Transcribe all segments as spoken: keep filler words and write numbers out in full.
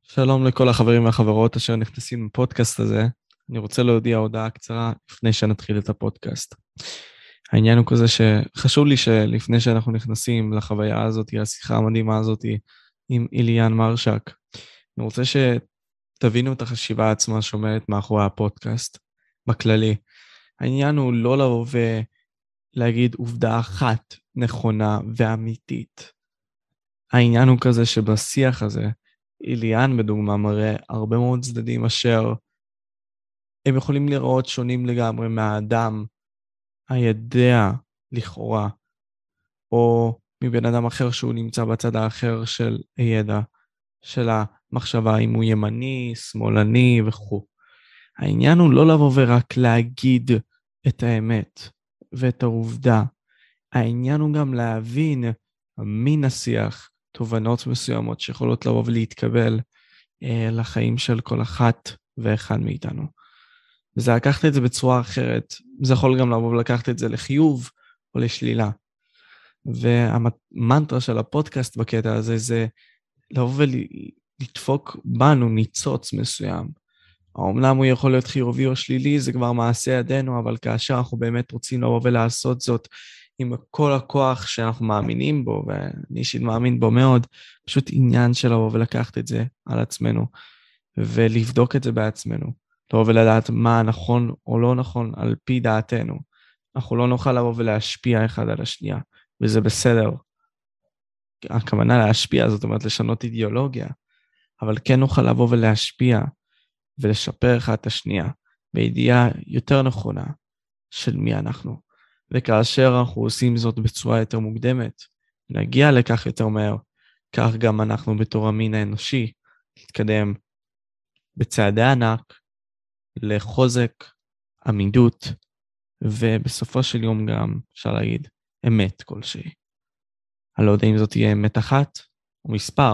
שלום לכל החברים והחברות אשר נכנסים לפודקאסט הזה. אני רוצה להודיע הודעה קצרה לפני שנתחיל את הפודקאסט. העניין הוא כזה שחשוב לי שלפני שאנחנו נכנסים לחוויה הזאת, השיחה המדהימה הזאת עם איליאן מרשק, אני רוצה שתבינו את החשיבה עצמה שעומדת מאחורי הפודקאסט בכללי. העניין הוא לא לבוא ולהגיד עובדה אחת נכונה ואמיתית. העניין הוא כזה שבשיח הזה, איליאן בדוגמה מראה הרבה מאוד צדדים אשר הם יכולים לראות שונים לגמרי מהאדם הידע לכאורה, או מבן אדם אחר שהוא נמצא בצד האחר של הידע, של המחשבה אם הוא ימני, שמאלני וכו'. העניין הוא לא לבוא ורק להגיד את האמת ואת העובדה. העניין הוא גם להבין מן השיח תובנות מסוימות שיכולות לבוא ולהתקבל אה, לחיים של כל אחת ואחד מאיתנו. וזה לקחת את זה בצורה אחרת, זה יכול גם לבוא ולקחת את זה לחיוב או לשלילה. והמנטרה של הפודקאסט בקטע הזה זה לבוא ולדפוק בנו ניצוץ מסוים. האומנם הוא יכול להיות חיובי או שלילי, זה כבר מעשה ידינו, אבל כאשר אנחנו באמת רוצים לבוא ולעשות זאת עם כל הכוח שאנחנו מאמינים בו, ואני אישית מאמין בו מאוד, פשוט עניין של לבוא ולקחת את זה על עצמנו, ולבדוק את זה בעצמנו, לבוא ולדעת מה נכון או לא נכון על פי דעתנו. אנחנו לא נוכל לבוא ולהשפיע אחד על השנייה, וזה בסדר. הכוונה להשפיע, זאת אומרת לשנות אידיאולוגיה, אבל כן נוכל לבוא ולהשפיע, ולשפר אחד את השנייה, בידיעה יותר נכונה של מי אנחנו. וכאשר אנחנו עושים זאת בצורה יותר מוקדמת, נגיע לכך יותר מהר, כך גם אנחנו בתור המין האנושי, נתקדם בצעדי ענק, לחוזק, עמידות, ובסופו של יום גם, אפשר להגיד, אמת כלשהי. אני לא יודע אם זאת תהיה אמת אחת או מספר,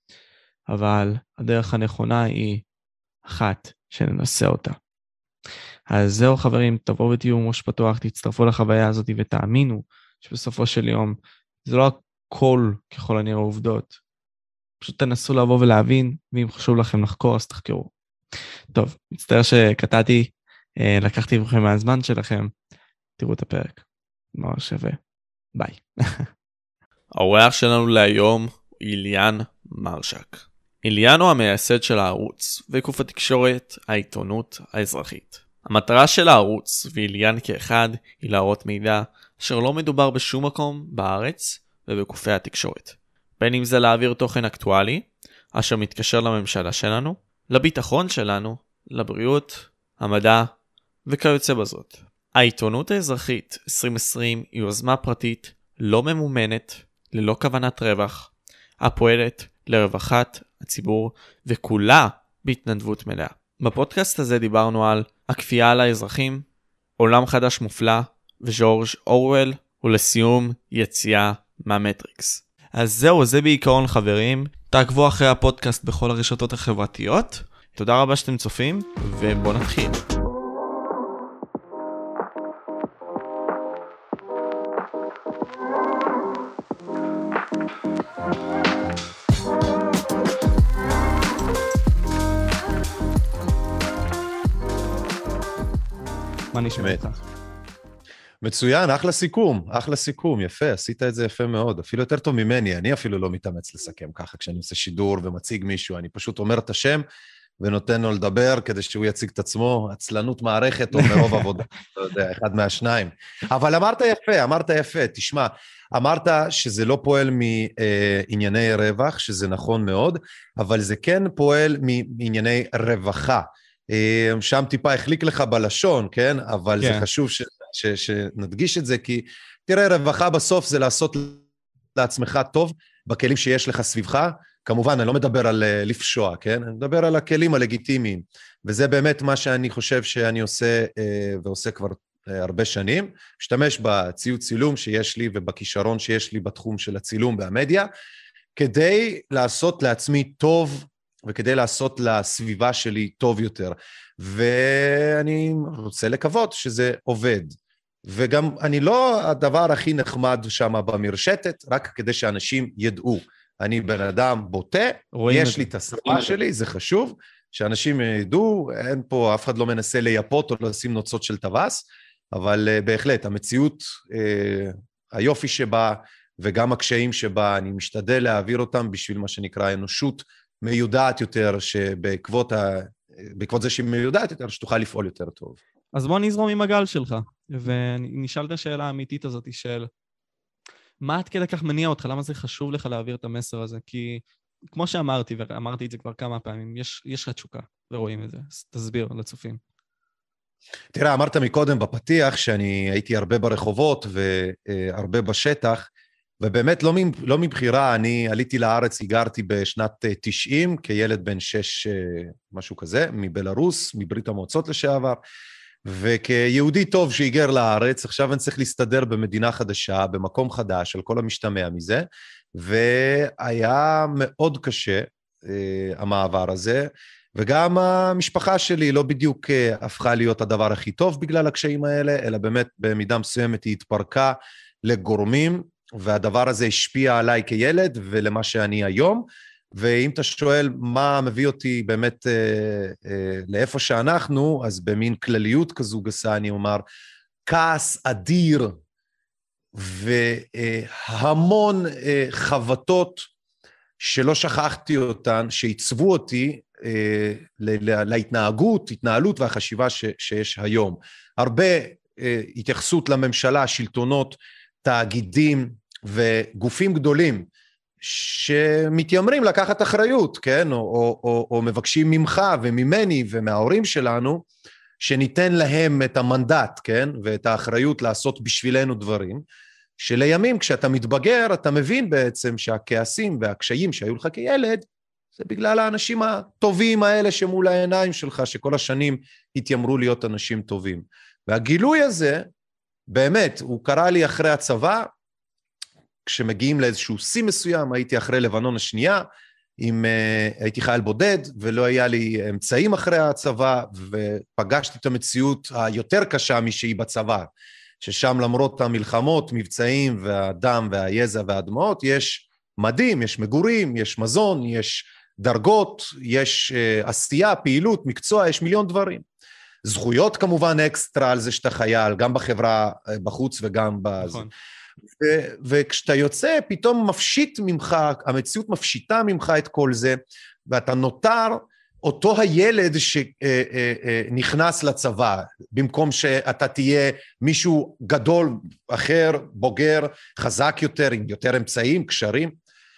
אבל הדרך הנכונה היא אחת שננסה אותה. אז זהו חברים, תבואו ותהיו ממש פתוח, תצטרפו לחוויה הזאת ותאמינו שבסופו של יום זה לא הכל ככל הנראה עובדות. פשוט תנסו לבוא ולהבין, ואם חשוב לכם לחקור אז תחקרו. טוב, מצטער שקטעתי, לקחתי לכם מהזמן שלכם, תראו את הפרק, מאוד שווה, ביי. האורח שלנו להיום הוא איליאן מרשק. איליאן הוא המייסד של הערוץ וגוף התקשורת, העיתונות האזרחית. המטרה של הערוץ ואיליאן כאחד היא להראות מידע אשר לא מדובר בשום מקום בארץ ובגופי התקשורת. בין אם זה להעביר תוכן אקטואלי אשר מתקשר לממשלה שלנו, לביטחון שלנו, לבריאות, המדע וכיוצא בזאת. העיתונות האזרחית עשרים עשרים היא יוזמה פרטית לא ממומנת, ללא כוונת רווח, הפועלת לרווחת הציבור וכולה בהתנדבות מלאה. בפודקאסט הזה דיברנו על הכפייה על האזרחים, עולם חדש מופלא וז'ורג' אורוול, ולסיום יציאה מהמטריקס. אז זהו, זה בעיקרון חברים. תעקבו אחרי הפודקאסט בכל הרשתות החברתיות. תודה רבה שאתם צופים, ובואו נתחיל. מה נשמע איתך? מצוין, אחלה סיכום, אחלה סיכום, יפה, עשית את זה יפה מאוד, אפילו יותר טוב ממני, אני אפילו לא מתאמץ לסכם ככה, כשאני עושה שידור ומציג מישהו, אני פשוט אומר את השם ונותן לו לדבר כדי שהוא יציג את עצמו, עצלנות מערכת או מרוב עבודה, לא יודע, אחד מהשניים. אבל אמרת יפה, אמרת יפה, תשמע, אמרת שזה לא פועל מענייני רווח, שזה נכון מאוד, אבל זה כן פועל מענייני רווחה. שם טיפה החליק לך בלשון, כן? אבל כן. זה חשוב ש, ש, שנדגיש את זה, כי תראה, רווחה בסוף זה לעשות לעצמך טוב בכלים שיש לך סביבך. כמובן, אני לא מדבר על לפשוע, כן? אני מדבר על הכלים הלגיטימיים. וזה באמת מה שאני חושב שאני עושה, ועושה כבר הרבה שנים. משתמש בציוד צילום שיש לי ובכישרון שיש לי בתחום של הצילום והמדיה, כדי לעשות לעצמי טוב, וכדי לעשות לסביבה שלי טוב יותר. ואני רוצה לקוות שזה עובד. וגם אני לא הדבר הכי נחמד שם במרשתת, רק כדי שאנשים ידעו. אני בן אדם בוטה, יש לי את השפה שלי, זה חשוב, שאנשים ידעו, אין פה, אף אחד לא מנסה לייפות או לשים נוצות של טווס, אבל בהחלט, המציאות, היופי שבה, וגם הקשיים שבה, אני משתדל להעביר אותם בשביל מה שנקרא אנושות מיודעת יותר, שבעקבות ה... בעקבות זה שהיא מיודעת יותר, שתוכל לפעול יותר טוב. אז בוא נזרום עם הגל שלך, ונשאל את השאלה האמיתית הזאת של, מה עד כדי כך מניע אותך? למה זה חשוב לך להעביר את המסר הזה? כי כמו שאמרתי, ואמרתי את זה כבר כמה פעמים, יש, יש לך תשוקה, ורואים את זה. אז תסביר לצופים. תראה, אמרת מקודם בפתיח שאני הייתי הרבה ברחובות והרבה בשטח, ובאמת לא, לא מבחירה, אני עליתי לארץ, הגרתי בשנת תשעים, כילד בן שש, משהו כזה, מבלרוס, מברית המועצות לשעבר, וכיהודי טוב שהיגר לארץ, עכשיו אני צריך להסתדר במדינה חדשה, במקום חדש, על כל המשתמע מזה, והיה מאוד קשה, המעבר הזה, וגם המשפחה שלי לא בדיוק הפכה להיות הדבר הכי טוב בגלל הקשיים האלה, אלא באמת במידה מסוימת היא התפרקה לגורמים, והדבר הזה השפיע עליי כילד ולמה שאני היום, ואם אתה שואל מה מביא אותי באמת אה, אה, לאיפה שאנחנו, אז במין כלליות כזו גסה אני אומר, כעס אדיר והמון אה, חבטות שלא שכחתי אותן, שעיצבו אותי אה, להתנהגות, התנהלות והחשיבה ש, שיש היום. הרבה אה, התייחסות לממשלה, שלטונות, תאגידים וגופים גדולים שמתיימרים לקחת אחריות, כן? או, או, או, או מבקשים ממך וממני ומההורים שלנו, שניתן להם את המנדט, כן? ואת האחריות לעשות בשבילנו דברים, שלימים כשאתה מתבגר, אתה מבין בעצם שהכעסים והקשיים שהיו לך כילד, זה בגלל האנשים הטובים האלה שמול העיניים שלך, שכל השנים התיימרו להיות אנשים טובים. והגילוי הזה, באמת, הוא קרה לי אחרי הצבא, כשמגיעים לאיזשהו שיא מסוים, הייתי אחרי לבנון השנייה, עם, uh, הייתי חייל בודד, ולא היה לי אמצעים אחרי הצבא, ופגשתי את המציאות היותר קשה משהיא בצבא, ששם למרות המלחמות, מבצעים והדם והיזע והדמעות, יש מדים, יש מגורים, יש מזון, יש דרגות, יש uh, עשייה, פעילות, מקצוע, יש מיליון דברים. זכויות כמובן אקסטרה על זה שאתה חייל, גם בחברה בחוץ וגם בזה. נכון. ו- וכשאתה יוצא, פתאום מפשיט ממך, המציאות מפשיטה ממך את כל זה, ואתה נותר אותו הילד שנכנס לצבא, במקום שאתה תהיה מישהו גדול, אחר, בוגר, חזק יותר, עם יותר אמצעים, קשרים,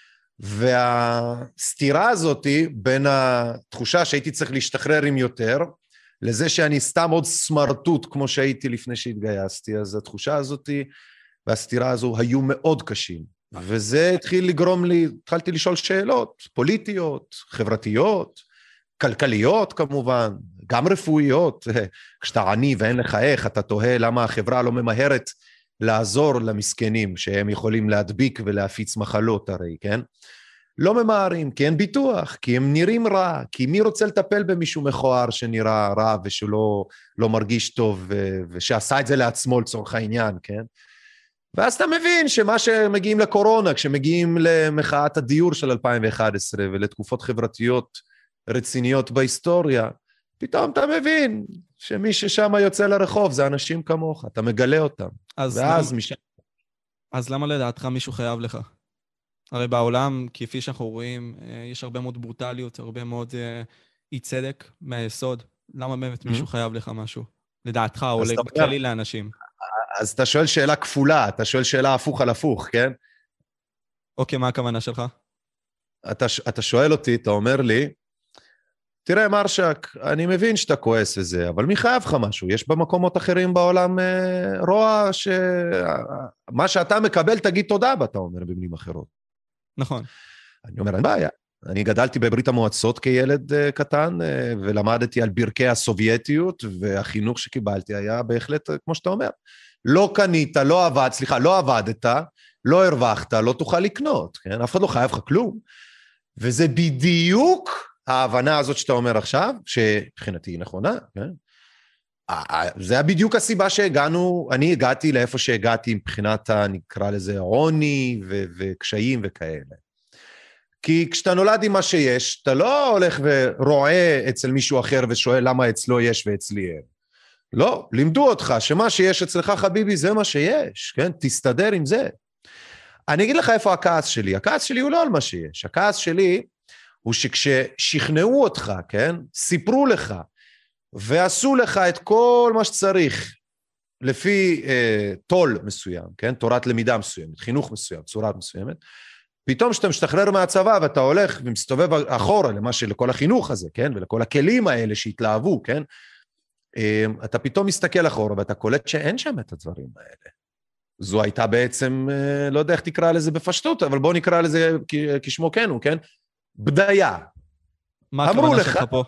והסתירה הזאת בין התחושה שהייתי צריך להשתחרר עם יותר, לזה שאני סתם עוד סמרטוט כמו שהייתי לפני שהתגייסתי, אז התחושה הזאת והסתירה הזו היו מאוד קשים, וזה התחיל לגרום לי, התחלתי לשאול שאלות פוליטיות, חברתיות, כלכליות כמובן, גם רפואיות, כשאתה עני ואין לך איך, אתה תוהה למה החברה לא ממהרת לעזור למסכנים, שהם יכולים להדביק ולהפיץ מחלות הרי, כן? לא ממהרים, כי אין ביטוח, כי הם נראים רע, כי מי רוצה לטפל במישהו מכוער שנראה רע ושלא לא מרגיש טוב, ושעשה את זה לעצמו לצורך העניין, כן? ואז אתה מבין שמה שמגיעים לקורונה, כשמגיעים למחאת הדיור של אלפיים ואחת עשרה ולתקופות חברתיות רציניות בהיסטוריה, פתאום אתה מבין שמי ששם יוצא לרחוב זה אנשים כמוך, אתה מגלה אותם. אז, ואז למ... משם... אז למה לדעתך מישהו חייב לך? הרי בעולם, כפי שאנחנו רואים, יש הרבה מאוד ברוטליות, הרבה מאוד אי צדק מהיסוד. למה באמת מישהו חייב לך משהו? לדעתך, או בכללי לאנשים. אז אתה שואל שאלה כפולה, אתה שואל שאלה הפוך על הפוך, כן? אוקיי, מה הכוונה שלך? אתה, אתה שואל אותי, אתה אומר לי, תראה מרשק, אני מבין שאתה כועס וזה, אבל מי חייב לך משהו? יש במקומות אחרים בעולם אה, רוע שמה שאתה מקבל תגיד תודה, ואתה אומר במילים אחרות. נכון. אני אומר, אין בעיה. אני גדלתי בברית המועצות כילד uh, קטן, uh, ולמדתי על ברכי הסובייטיות, והחינוך שקיבלתי היה בהחלט, כמו שאתה אומר, לא קנית, לא עבד, סליחה, לא עבדת, לא הרווחת, לא תוכל לקנות, כן? אף אחד לא חייב לך כלום. וזה בדיוק ההבנה הזאת שאתה אומר עכשיו, שבחינתי היא נכונה, כן? זה היה בדיוק הסיבה שהגענו, אני הגעתי לאיפה שהגעתי מבחינת, נקרא לזה, עוני ו- וקשיים וכאלה. כי כשאתה נולד עם מה שיש, אתה לא הולך ורואה אצל מישהו אחר ושואל למה אצלו יש ואצלי אין. לא, לימדו אותך שמה שיש אצלך חביבי זה מה שיש, כן? תסתדר עם זה. אני אגיד לך איפה הכעס שלי. הכעס שלי הוא לא על מה שיש. הכעס שלי הוא שכששכנעו אותך, כן? סיפרו לך ועשו לך את כל מה שצריך לפי אה, תול מסוים, כן? תורת למידה מסוימת, חינוך מסוים, צורה מסוימת. פתאום שאתה משתחרר מהצבא ואתה הולך ומסתובב אחורה למה שלכל החינוך הזה, כן? ולכל הכלים האלה שהתלהבו, כן? אתה פתאום מסתכל אחורה ואתה קולט שאין שם את הדברים האלה. זו הייתה בעצם, לא יודע איך תקרא לזה בפשטות, אבל בוא נקרא לזה כשמו כן הוא, כן? בדיה. מה הכוונה שלך פה?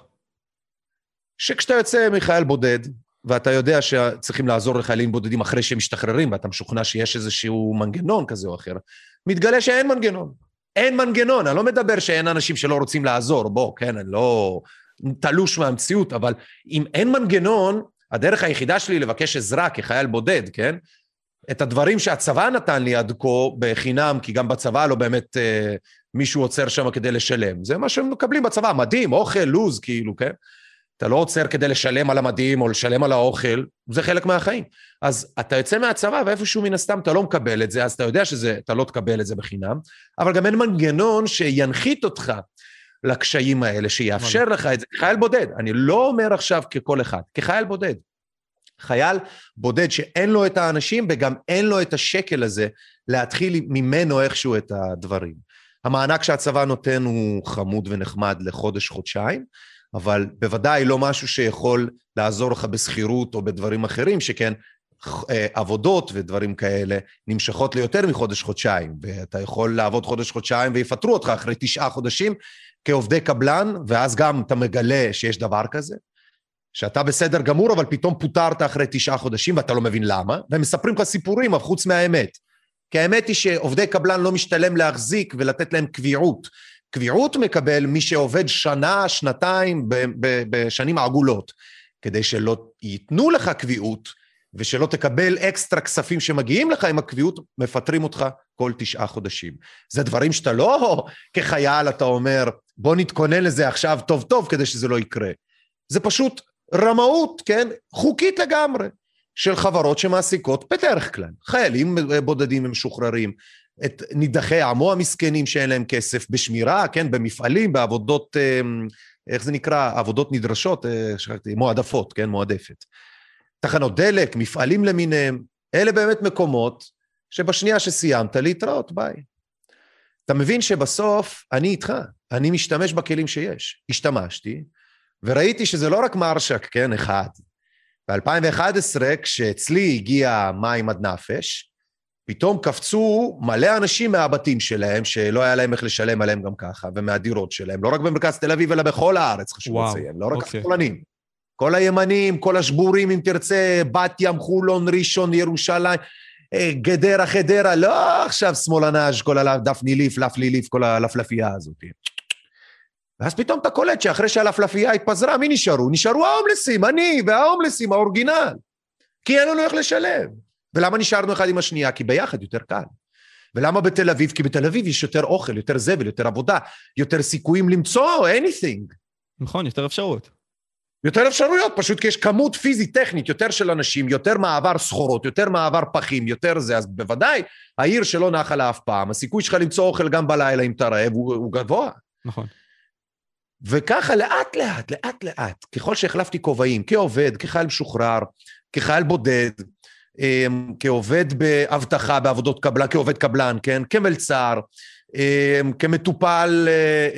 שכשאתה יוצא מחייל בודד, ואתה יודע שצריכים לעזור לחיילים בודדים אחרי שהם משתחררים, ואתה משוכנע שיש איזשהו מנגנון כזה או אחר, מתגלה שאין מנגנון. אין מנגנון, אני לא מדבר שאין אנשים שלא רוצים לעזור, בוא, כן, אני לא תלוש מהמציאות, אבל אם אין מנגנון, הדרך היחידה שלי לבקש עזרה כחייל בודד, כן? את הדברים שהצבא נתן לי עד כה בחינם, כי גם בצבא לא באמת אה, מישהו עוצר שם כדי לשלם. זה מה שהם מקבלים בצבא, מדהים, אוכל, לוז, כאילו, כן? אתה לא עוצר כדי לשלם על המדים או לשלם על האוכל, זה חלק מהחיים. אז אתה יוצא מהצבא ואיפשהו מן הסתם אתה לא מקבל את זה, אז אתה יודע שאתה לא תקבל את זה בחינם, אבל גם אין מנגנון שינחית אותך לקשיים האלה, שיאפשר לך את זה. חייל בודד, אני לא אומר עכשיו ככל אחד, כחייל בודד. חייל בודד שאין לו את האנשים וגם אין לו את השקל הזה להתחיל ממנו איכשהו את הדברים. המענק שהצבא נותן הוא חמוד ונחמד לחודש, חודשיים, אבל בוודאי לא משהו שיכול לעזור לך בסחירות או בדברים אחרים, שכן עבודות ודברים כאלה נמשכות ליותר מחודש, חודשיים, ואתה יכול לעבוד חודש, חודשיים ויפטרו אותך אחרי תשעה חודשים כעובדי קבלן, ואז גם אתה מגלה שיש דבר כזה, שאתה בסדר גמור, אבל פתאום פוטרת אחרי תשעה חודשים, ואתה לא מבין למה, והם מספרים לך סיפורים, אבל חוץ מהאמת. כי האמת היא שעובדי קבלן לא משתלם להחזיק ולתת להם קביעות. קביעות מקבל מי שעובד שנה, שנתיים, בשנים עגולות, כדי שלא ייתנו לך קביעות, ושלא תקבל אקסטרה כספים שמגיעים לך עם הקביעות, מפטרים אותך כל תשעה חודשים. זה דברים שאתה לא כחייל, אתה אומר, בוא נתכונן לזה עכשיו טוב טוב, כדי שזה לא יקרה. זה פשוט רמאות, כן? חוקית לגמרי, של חברות שמעסיקות בדרך כלל. חיילים בודדים ומשוחררים, את נידחי עמו המסכנים שאין להם כסף בשמירה, כן? במפעלים, בעבודות, איך זה נקרא? עבודות נדרשות, מועדפות, כן? מועדפת. תחנות דלק, מפעלים למיניהם, אלה באמת מקומות שבשנייה שסיימת להתראות, ביי. אתה מבין שבסוף אני איתך, אני משתמש בכלים שיש. השתמשתי, וראיתי שזה לא רק מרשק, כן, אחד. ב-אלפיים ואחת עשרה, כשאצלי הגיע מים עד נפש, פתאום קפצו מלא אנשים מהבתים שלהם, שלא היה להם איך לשלם עליהם גם ככה, ומהדירות שלהם, לא רק במרכז תל אביב, אלא בכל הארץ, חשוב לציין, לא רק אוקיי. השמאלנים. כל הימנים, כל השבורים, אם תרצה, בת ים, חולון, ראשון, ירושלים, גדרה, חדרה, לא עכשיו שמאלנאז' כל הדפני ליף, לפלי ליף, כל הלפלפייה הזאת. ואז פתאום אתה קולט שאחרי שהלפלפייה התפזרה, מי נשארו? נשארו ההומלסים, אני וההומלסים, האורגינל. כי אין לנו איך לשלם. ולמה נשארנו אחד עם השנייה? כי ביחד יותר קל. ולמה בתל אביב? כי בתל אביב יש יותר אוכל, יותר זבל, יותר עבודה, יותר סיכויים למצוא anything. נכון, יותר אפשרות. יותר אפשרויות, פשוט כי יש כמות פיזית, טכנית, יותר של אנשים, יותר מעבר סחורות, יותר מעבר פחים, יותר זה, אז בוודאי, העיר שלא נחה לה אף פעם, הסיכוי שלך למצוא אוכל גם בלילה אם אתה רעב, הוא, הוא גבוה. נכון. וככה לאט לאט, לאט לאט, ככל שהחלפתי כובעים, כעובד, כחייל משוחרר, כחייל בודד, כעובד בהבטחה, בעבודות קבלן, כעובד קבלן, כן, כמלצר, כמטופל,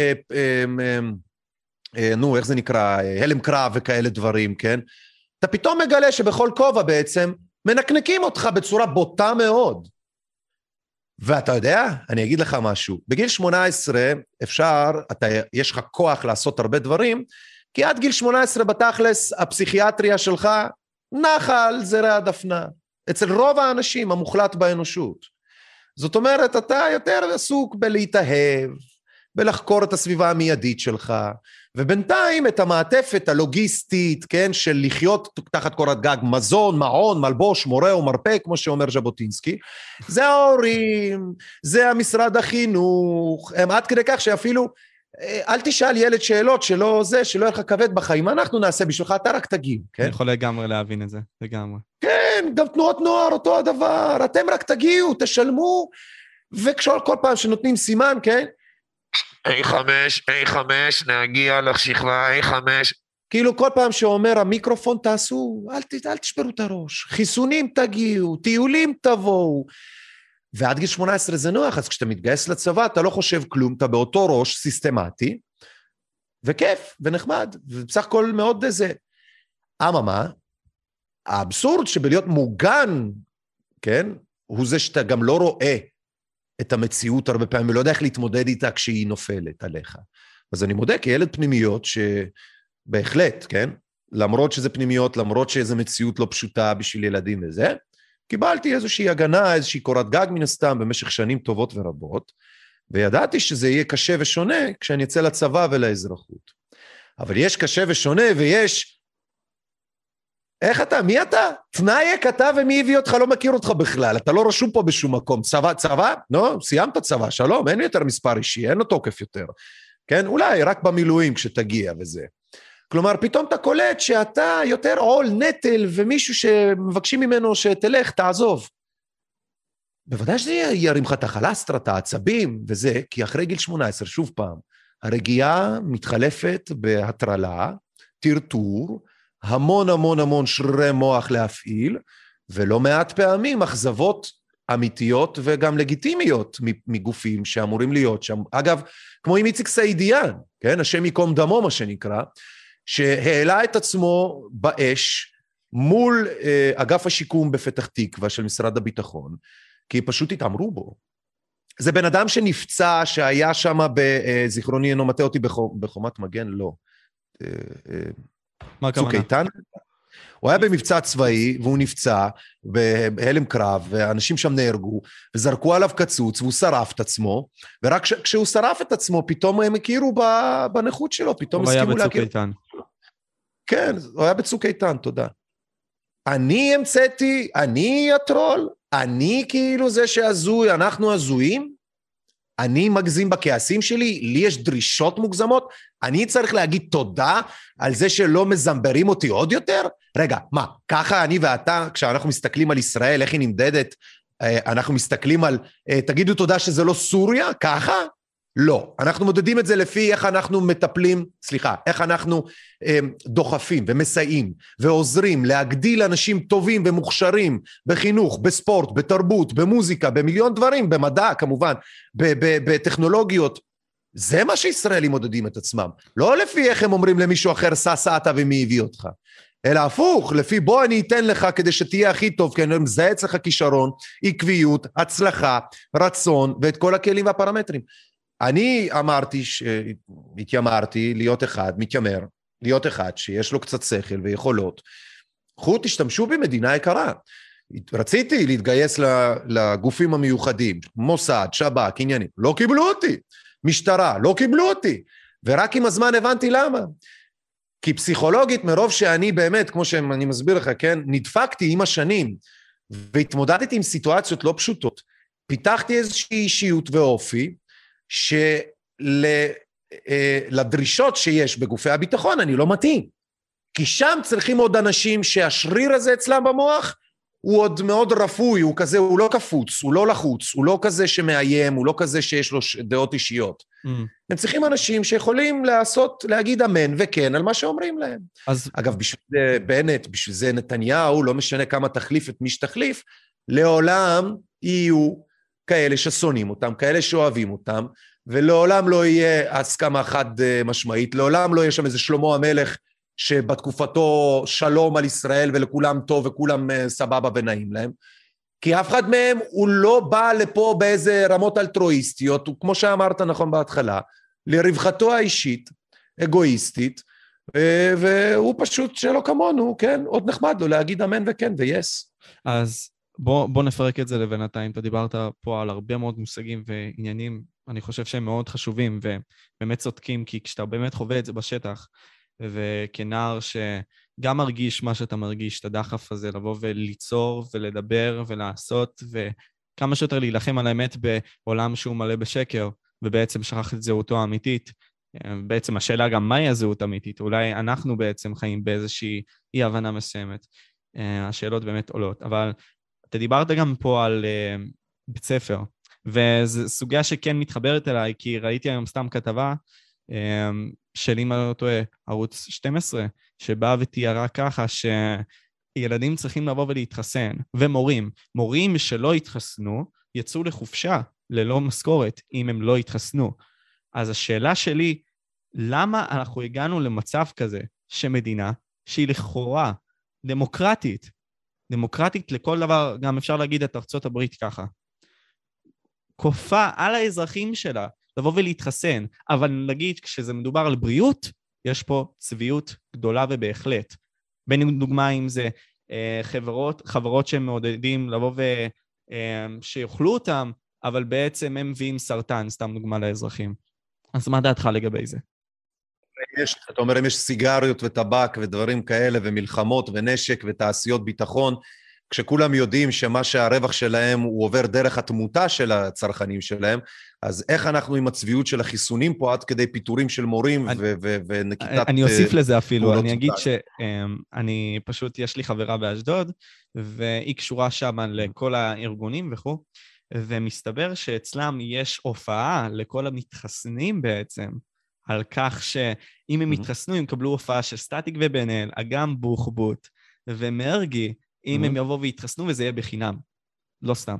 נו, איך זה נקרא, הלם קרב וכאלה דברים, כן? אתה פתאום מגלה שבכל כובע בעצם מנקנקים אותך בצורה בוטה מאוד. ואתה יודע, אני אגיד לך משהו, בגיל שמונה עשרה אפשר, אתה, יש לך כוח לעשות הרבה דברים, כי עד גיל שמונה עשרה בתכלס, הפסיכיאטריה שלך נחה על זרי הדפנה, אצל רוב האנשים המוחלט באנושות. זאת אומרת, אתה יותר עסוק בלהתאהב, בלחקור את הסביבה המיידית שלך, ובינתיים את המעטפת הלוגיסטית, כן, של לחיות תחת קורת גג, מזון, מעון, מלבוש, מורה ומרפא, כמו שאומר ז'בוטינסקי, זה ההורים, זה המשרד החינוך, הם עד כדי כך שאפילו, אל תשאל ילד שאלות שלא זה, שלא יהיה לך כבד בחיים, אנחנו נעשה בשבילך, אתה רק תגיב, כן? אני יכול לגמרי להבין את זה, לגמרי. כן, גם תנועות נוער, אותו הדבר, אתם רק תגיעו, תשלמו, וכל פעם שנותנים סימן, כן? איי חמש, איי חמש, נגיע לשכבה, איי חמש. כאילו כל פעם שאומר המיקרופון תעשו, אל, ת, אל תשברו את הראש, חיסונים תגיעו, טיולים תבואו, ועד גיל שמונה עשרה זה נוח, אז כשאתה מתגייס לצבא, אתה לא חושב כלום, אתה באותו ראש סיסטמטי, וכיף, ונחמד, ובסך הכל מאוד זה. אממה, האבסורד שבלהיות מוגן, כן, הוא זה שאתה גם לא רואה את המציאות הרבה פעמים, ולא יודע איך להתמודד איתה כשהיא נופלת עליך. אז אני מודה, כילד פנימיות, שבהחלט, כן, למרות שזה פנימיות, למרות שזה מציאות לא פשוטה בשביל ילדים וזה, קיבלתי איזושהי הגנה, איזושהי קורת גג מן הסתם, במשך שנים טובות ורבות, וידעתי שזה יהיה קשה ושונה, כשאני אצא לצבא ולאזרחות. אבל יש קשה ושונה, ויש, איך אתה? מי אתה? תנאייק אתה ומי הביא אותך, לא מכיר אותך בכלל, אתה לא רשום פה בשום מקום. צבא, צבא? לא, סיימת צבא, שלום, אין יותר מספר אישי, אין לו תוקף יותר. כן? אולי רק במילואים כשתגיע וזה. כלומר, פתאום אתה קולט שאתה יותר עול, נטל, ומישהו שמבקשים ממנו שתלך, תעזוב. בוודאי שזה ירים לך את החלסטרה, את העצבים וזה, כי אחרי גיל שמונה עשרה, שוב פעם, הרגיעה מתחלפת בהטרלה, טרטור, המון המון המון שרירי מוח להפעיל, ולא מעט פעמים אכזבות אמיתיות וגם לגיטימיות מגופים שאמורים להיות שם. אגב, כמו עם איציק סעידיאן, כן? השם יקום דמו מה שנקרא, שהעלה את עצמו באש מול אה, אגף השיקום בפתח תקווה של משרד הביטחון, כי פשוט התאמרו בו. זה בן אדם שנפצע, שהיה שם בזיכרוני, אינו מטעה אותי בחומת מגן, לא. אה, אה, מה הכוונה? צוק איתן? הוא היה במבצע צבאי, והוא נפצע בהלם קרב, ואנשים שם נהרגו, וזרקו עליו קצוץ, והוא שרף את עצמו, ורק כשהוא שרף את עצמו, פתאום הם הכירו בנכות שלו, פתאום הסכימו להכיר. הוא היה בצוק איתן. כן, הוא היה בצוק איתן, תודה. אני המצאתי, אני הטרול, אני כאילו זה שעזוי, אנחנו עזויים, אני מגזים בכעסים שלי, לי יש דרישות מוגזמות, אני צריך להגיד תודה על זה שלא מזמברים אותי עוד יותר? רגע, מה, ככה אני ואתה, כשאנחנו מסתכלים על ישראל, איך היא נמדדת, אנחנו מסתכלים על, תגידו תודה שזה לא סוריה, ככה? לא, אנחנו מודדים את זה לפי איך אנחנו מטפלים, סליחה, איך אנחנו אה, דוחפים ומסייעים ועוזרים להגדיל אנשים טובים ומוכשרים בחינוך, בספורט, בתרבות, במוזיקה, במיליון דברים, במדע כמובן, בטכנולוגיות. זה מה שישראלים מודדים את עצמם. לא לפי איך הם אומרים למישהו אחר, סע אתה ומי הביא אותך. אלא הפוך, לפי בוא אני אתן לך כדי שתהיה הכי טוב, כי אני מזהה אצלך כישרון, עקביות, הצלחה, רצון ואת כל הכלים והפרמטרים. אני אמרתי, התיימרתי להיות אחד, מתיימר, להיות אחד שיש לו קצת שכל ויכולות. קחו, תשתמשו במדינה יקרה. רציתי להתגייס לגופים המיוחדים, מוסד, שב"כ, עניינים. לא קיבלו אותי. משטרה, לא קיבלו אותי. ורק עם הזמן הבנתי למה. כי פסיכולוגית, מרוב שאני באמת, כמו שאני מסביר לך, כן, נדפקתי עם השנים, והתמודדתי עם סיטואציות לא פשוטות. פיתחתי איזושהי אישיות ואופי, שלדרישות שיש בגופי הביטחון אני לא מתאים, כי שם צריכים עוד אנשים שהשריר הזה אצלם במוח הוא עוד מאוד רפוי, הוא כזה, הוא לא קפוץ, הוא לא לחוץ, הוא לא כזה שמאיים, הוא לא כזה שיש לו דעות אישיות. Mm. הם צריכים אנשים שיכולים לעשות, להגיד אמן וכן על מה שאומרים להם. אז... אגב, בשביל זה בנט, בשביל זה נתניהו, לא משנה כמה תחליף את מי שתחליף, לעולם יהיו כאלה ששונאים אותם, כאלה שאוהבים אותם, ולעולם לא יהיה הסכמה חד משמעית, לעולם לא יהיה שם איזה שלמה המלך, שבתקופתו שלום על ישראל ולכולם טוב וכולם סבבה ונעים להם, כי אף אחד מהם הוא לא בא לפה באיזה רמות אלטרואיסטיות, הוא כמו שאמרת נכון בהתחלה, לרווחתו האישית, אגואיסטית, והוא פשוט שלא כמונו, כן, עוד נחמד לו להגיד אמן וכן ויס. אז בוא, בוא נפרק את זה לבינתיים. אתה דיברת פה על הרבה מאוד מושגים ועניינים, אני חושב שהם מאוד חשובים ובאמת צודקים, כי כשאתה באמת חווה את זה בשטח, וכנער שגם מרגיש מה שאתה מרגיש, את הדחף הזה, לבוא וליצור ולדבר ולעשות, וכמה שיותר להילחם על האמת בעולם שהוא מלא בשקר, ובעצם שכח את זהותו האמיתית. בעצם השאלה גם מהי הזהות האמיתית, אולי אנחנו בעצם חיים באיזושהי אי הבנה מסוימת. השאלות באמת עולות, אבל אתה דיברת גם פה על uh, בית ספר, וזו סוגיה שכן מתחברת אליי, כי ראיתי היום סתם כתבה um, של, אם אני לא טועה, ערוץ שתים עשרה, שבאה ותיארה ככה שילדים צריכים לבוא ולהתחסן, ומורים, מורים שלא התחסנו, יצאו לחופשה ללא משכורת, אם הם לא התחסנו. אז השאלה שלי, למה אנחנו הגענו למצב כזה, שמדינה שהיא לכאורה דמוקרטית, דמוקרטית לכל דבר, גם אפשר להגיד את ארצות הברית ככה, כופה על האזרחים שלה לבוא ולהתחסן, אבל נגיד כשזה מדובר על בריאות, יש פה צביעות גדולה ובהחלט. בין דוגמה אם זה אה, חברות, חברות שהם מעודדים לבוא ושיוכלו אה, אותם, אבל בעצם הם מביאים סרטן, סתם דוגמה לאזרחים. אז מה דעתך לגבי זה? יש, אתה אומר, אם יש סיגריות וטבק ודברים כאלה, ומלחמות ונשק ותעשיות ביטחון, כשכולם יודעים שמה שהרווח שלהם הוא עובר דרך התמותה של הצרכנים שלהם, אז איך אנחנו עם הצביעות של החיסונים פה עד כדי פיטורים של מורים אני, ו- ו- ונקיטת... אני אוסיף לזה אפילו, אני אגיד תודה. שאני פשוט, יש לי חברה באשדוד, והיא קשורה שם לכל הארגונים וכו', ומסתבר שאצלם יש הופעה לכל המתחסנים בעצם, על כך שאם הם יתחסנו, הם קבלו הופעה של סטטיק ובן אל, אגם בוחבוט ומרגי, אם הם יבואו ויתחסנו, וזה יהיה בחינם. לא סתם.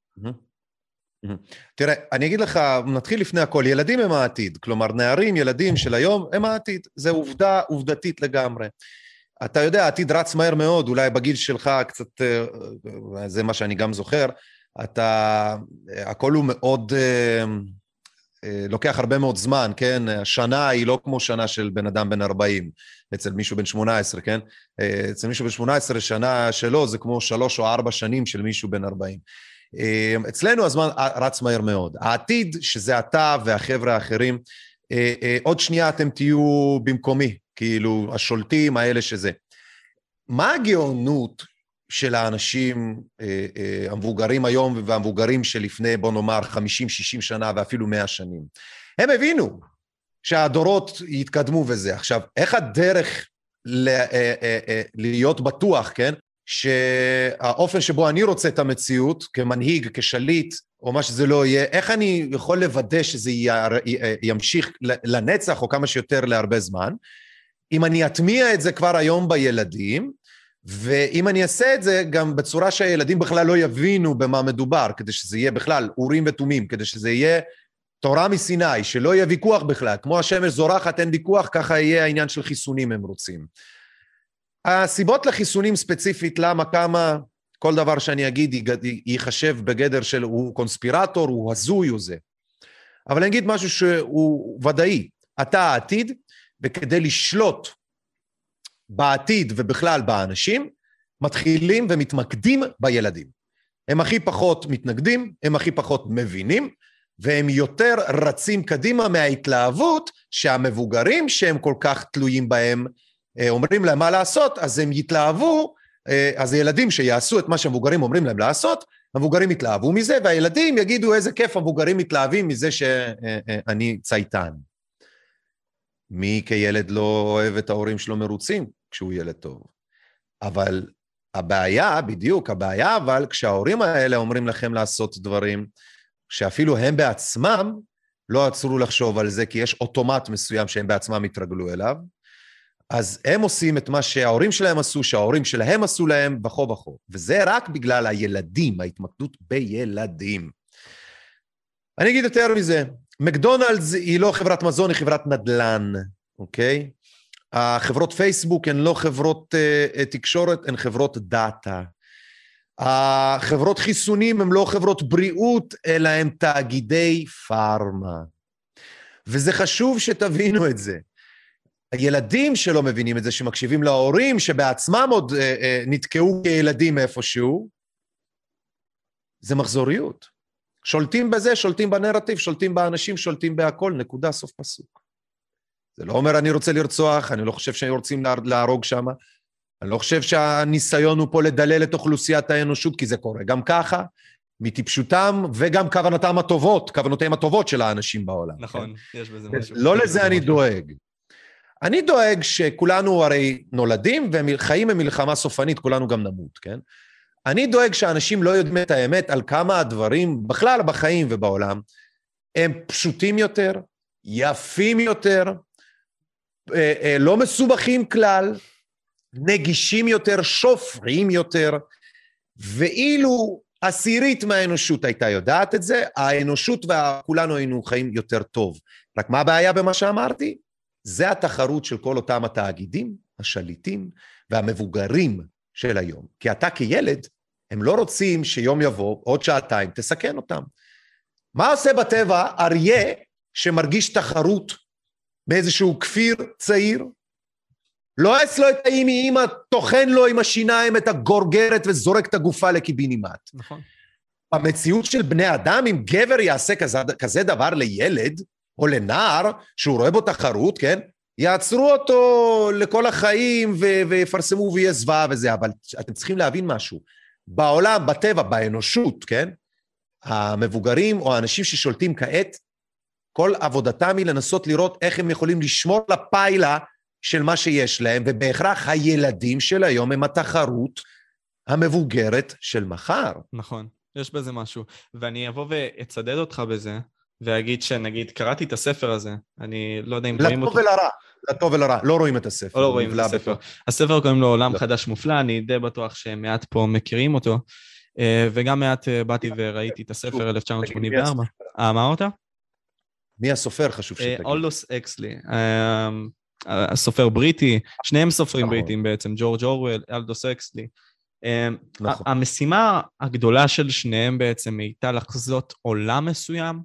תראה, אני אגיד לך, נתחיל לפני הכל, ילדים הם העתיד, כלומר, נערים, ילדים של היום, הם העתיד. זה עובדה, עובדתית לגמרי. אתה יודע, העתיד רץ מהר מאוד, אולי בגיל שלך קצת, זה מה שאני גם זוכר, אתה, הכל הוא מאוד... לוקח הרבה מאוד זמן, כן? השנה היא לא כמו שנה של בן אדם בן ארבעים, אצל מישהו בן שמונה עשרה, כן? אצל מישהו בן שמונה עשרה, שנה שלו זה כמו שלוש או ארבע שנים של מישהו בן ארבעים. אצלנו הזמן רץ מהר מאוד. העתיד, שזה אתה והחבר'ה האחרים, עוד שנייה אתם תהיו במקומי, כאילו השולטים האלה שזה. מה הגאונות של האנשים אה, אה, המבוגרים היום והמבוגרים שלפני, בוא נאמר, חמישים שישים שנה ואפילו מאה שנים? הם הבינו שהדורות יתקדמו וזה. עכשיו, איך הדרך ל, אה, אה, אה, להיות בטוח, כן? שהאופן שבו אני רוצה את המציאות, כמנהיג, כשליט, או מה שזה לא יהיה, איך אני יכול לוודא שזה י, ימשיך לנצח, או כמה שיותר להרבה זמן? אם אני אטמיע את זה כבר היום בילדים, ואם אני אעשה את זה גם בצורה שהילדים בכלל לא יבינו במה מדובר, כדי שזה יהיה בכלל אורים ותומים, כדי שזה יהיה תורה מסיני, שלא יהיה ויכוח בכלל, כמו השמש זורחת אין ויכוח, ככה יהיה העניין של חיסונים הם רוצים. הסיבות לחיסונים ספציפית, למה, כמה, כל דבר שאני אגיד ייחשב בגדר של הוא קונספירטור, הוא הזוי, הוא זה. אבל אני אגיד משהו שהוא ודאי, אתה העתיד, וכדי לשלוט בעתיד ובכלל באנשים, מתחילים ומתמקדים בילדים. הם הכי פחות מתנגדים, הם הכי פחות מבינים, והם יותר רצים קדימה מההתלהבות שהמבוגרים שהם כל כך תלויים בהם, אומרים להם מה לעשות, אז הם יתלהבו, אז הילדים שיעשו את מה שהמבוגרים אומרים להם לעשות, המבוגרים יתלהבו מזה, והילדים יגידו איזה כיף המבוגרים מתלהבים מזה שאני צייתן. מי כילד לא אוהב את ההורים שלו מרוצים כשהוא ילד טוב. אבל הבעיה, בדיוק, הבעיה, אבל כשההורים האלה אומרים לכם לעשות דברים, שאפילו הם בעצמם לא עצרו לחשוב על זה, כי יש אוטומט מסוים שהם בעצמם התרגלו אליו, אז הם עושים את מה שההורים שלהם עשו, שההורים שלהם עשו להם, וכו וכו. וזה רק בגלל הילדים, ההתמקדות בילדים. אני אגיד יותר מזה, מקדונלדס היא לא חברת מזון, היא חברת נדל"ן, אוקיי? החברות פייסבוק הן לא חברות uh, תקשורת, הן חברות דאטה. החברות חיסונים הן לא חברות בריאות, אלא הן תאגידי פארמה. וזה חשוב שתבינו את זה. הילדים שלא מבינים את זה, שמקשיבים להורים, שבעצמם עוד uh, uh, נתקעו כילדים איפשהו, זה מחזוריות. שולטים בזה, שולטים בנרטיב, שולטים באנשים, שולטים בהכל, נקודה, סוף פסוק. זה לא אומר אני רוצה לרצוח, אני לא חושב שאני רוצים להרוג שם, אני לא חושב שהניסיון הוא פה לדלל את אוכלוסיית האנושות, כי זה קורה גם ככה, מטיפשותם וגם כוונתם הטובות, כוונותיהם הטובות של האנשים בעולם. נכון, כן? יש בזה משהו. לא לזה אני משהו. דואג. אני דואג שכולנו הרי נולדים, וחיים במלחמה סופנית, כולנו גם נמות, כן? אני דואג שאנשים לא יודעים את האמת על כמה הדברים, בכלל בחיים ובעולם, הם פשוטים יותר, יפים יותר, לא מסובכים כלל, נגישים יותר, שופרים יותר, ואילו עשירית מהאנושות הייתה יודעת את זה, האנושות וכולנו היינו חיים יותר טוב. רק מה הבעיה במה שאמרתי? זה התחרות של כל אותם התאגידים, השליטים והמבוגרים של היום. כי אתה כילד, הם לא רוצים שיום יבוא, עוד שעתיים, תסכן אותם. מה עושה בטבע אריה שמרגיש תחרות באיזשהו כפיר צעיר? לועס לו את האימי אימא, תוכן לו עם השיניים את הגורגרת וזורק את הגופה לקיבינימט. נכון. המציאות של בני אדם, אם גבר יעשה כזה, כזה דבר לילד או לנער, שהוא רואה בו תחרות, כן? יעצרו אותו לכל החיים ו- ויפרסמו ויהיה זוועה וזה, אבל אתם צריכים להבין משהו. בעולם, בטבע, באנושות, כן? המבוגרים או האנשים ששולטים כעת, כל עבודתם היא לנסות לראות איך הם יכולים לשמור לפיילה של מה שיש להם, ובהכרח הילדים של היום הם התחרות המבוגרת של מחר. נכון, יש בזה משהו. ואני אבוא ואצדד אותך בזה, ואגיד שנגיד, קראתי את הספר הזה, אני לא יודע אם רואים אותו. לטוב ולרע, לטוב ולרע, לא רואים את הספר. לא רואים את הספר. הספר קוראים לו עולם חדש מופלא, אני די בטוח שמעט פה מכירים אותו, וגם מעט באתי וראיתי את הספר אלף תשע מאות שמונים וארבע. אה, מה אמרת? מי הסופר חשוב שתגיד? אולדוס אקסלי. הסופר בריטי, שניהם סופרים בריטים בעצם, ג'ורג' אורוול, אלדוס אקסלי. המשימה הגדולה של שניהם בעצם הייתה לחזות עולם מסוים,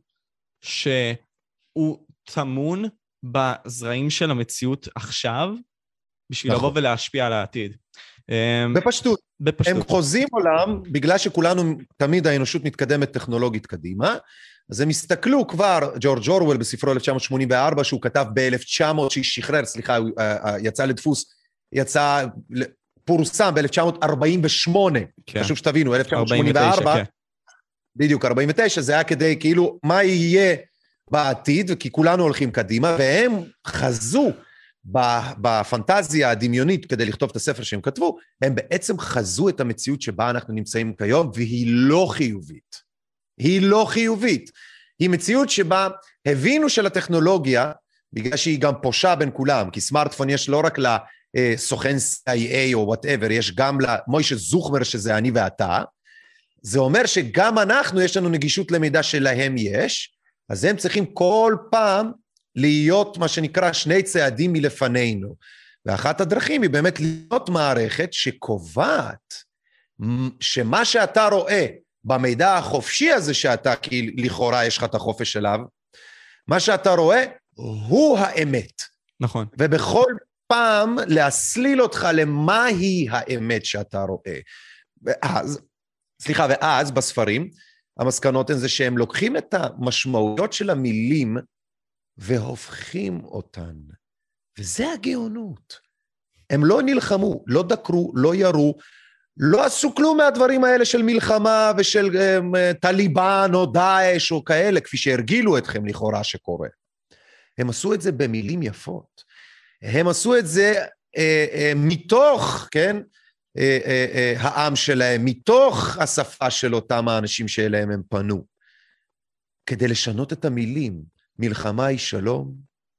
שהוא תמון בזרעים של המציאות עכשיו, בשביל לבוא ולהשפיע על העתיד. בפשטות. הם חוזים עולם, בגלל שכולנו, תמיד האנושות מתקדמת טכנולוגית קדימה, אז הם הסתכלו כבר, ג'ורג' אורוול בספרו אלף תשע מאות שמונים וארבע, שהוא כתב ב-אלף תשע מאות, ששחרר, סליחה, יצא לדפוס, יצא, פורסם ב-אלף תשע מאות ארבעים ושמונה, כן. חשוב שתבינו, אלף תשע מאות שמונים וארבע, כן. בדיוק, ארבעים ותשע, זה היה כדי, כאילו, מה יהיה בעתיד, כי כולנו הולכים קדימה, והם חזו בפנטזיה הדמיונית, כדי לכתוב את הספר שהם כתבו, הם בעצם חזו את המציאות שבה אנחנו נמצאים כיום, והיא לא חיובית. היא לא חיובית. היא מציאות שבה הבינו של הטכנולוגיה, בגלל שהיא גם פושה בין כולם, כי סמארטפון יש לא רק לסוכן סי איי איי או whatever, יש גם למוישה זוכמר שזה אני ואתה, זה אומר שגם אנחנו, יש לנו נגישות למידע שלהם יש, אז הם צריכים כל פעם להיות מה שנקרא שני צעדים מלפנינו, ואחת הדרכים היא באמת להיות מערכת שקובעת שמה שאתה רואה, במידע החופשי הזה שאתה, כי לכאורה יש לך את החופש שלו, מה שאתה רואה הוא האמת. נכון. ובכל פעם להסליל אותך למהי האמת שאתה רואה. ואז, סליחה, ואז בספרים, המסקנות הן זה שהם לוקחים את המשמעויות של המילים, והופכים אותן. וזה הגאונות. הם לא נלחמו, לא דקרו, לא ירו, לא עשו כלום מהדברים האלה של מלחמה ושל um, טליבן או דאעש או כאלה, כפי שהרגילו אתכם לכאורה שקורה. הם עשו את זה במילים יפות. הם עשו את זה אה, אה, מתוך, כן, אה, אה, אה, העם שלהם, מתוך השפה של אותם האנשים שאליהם הם פנו. כדי לשנות את המילים, מלחמה היא שלום,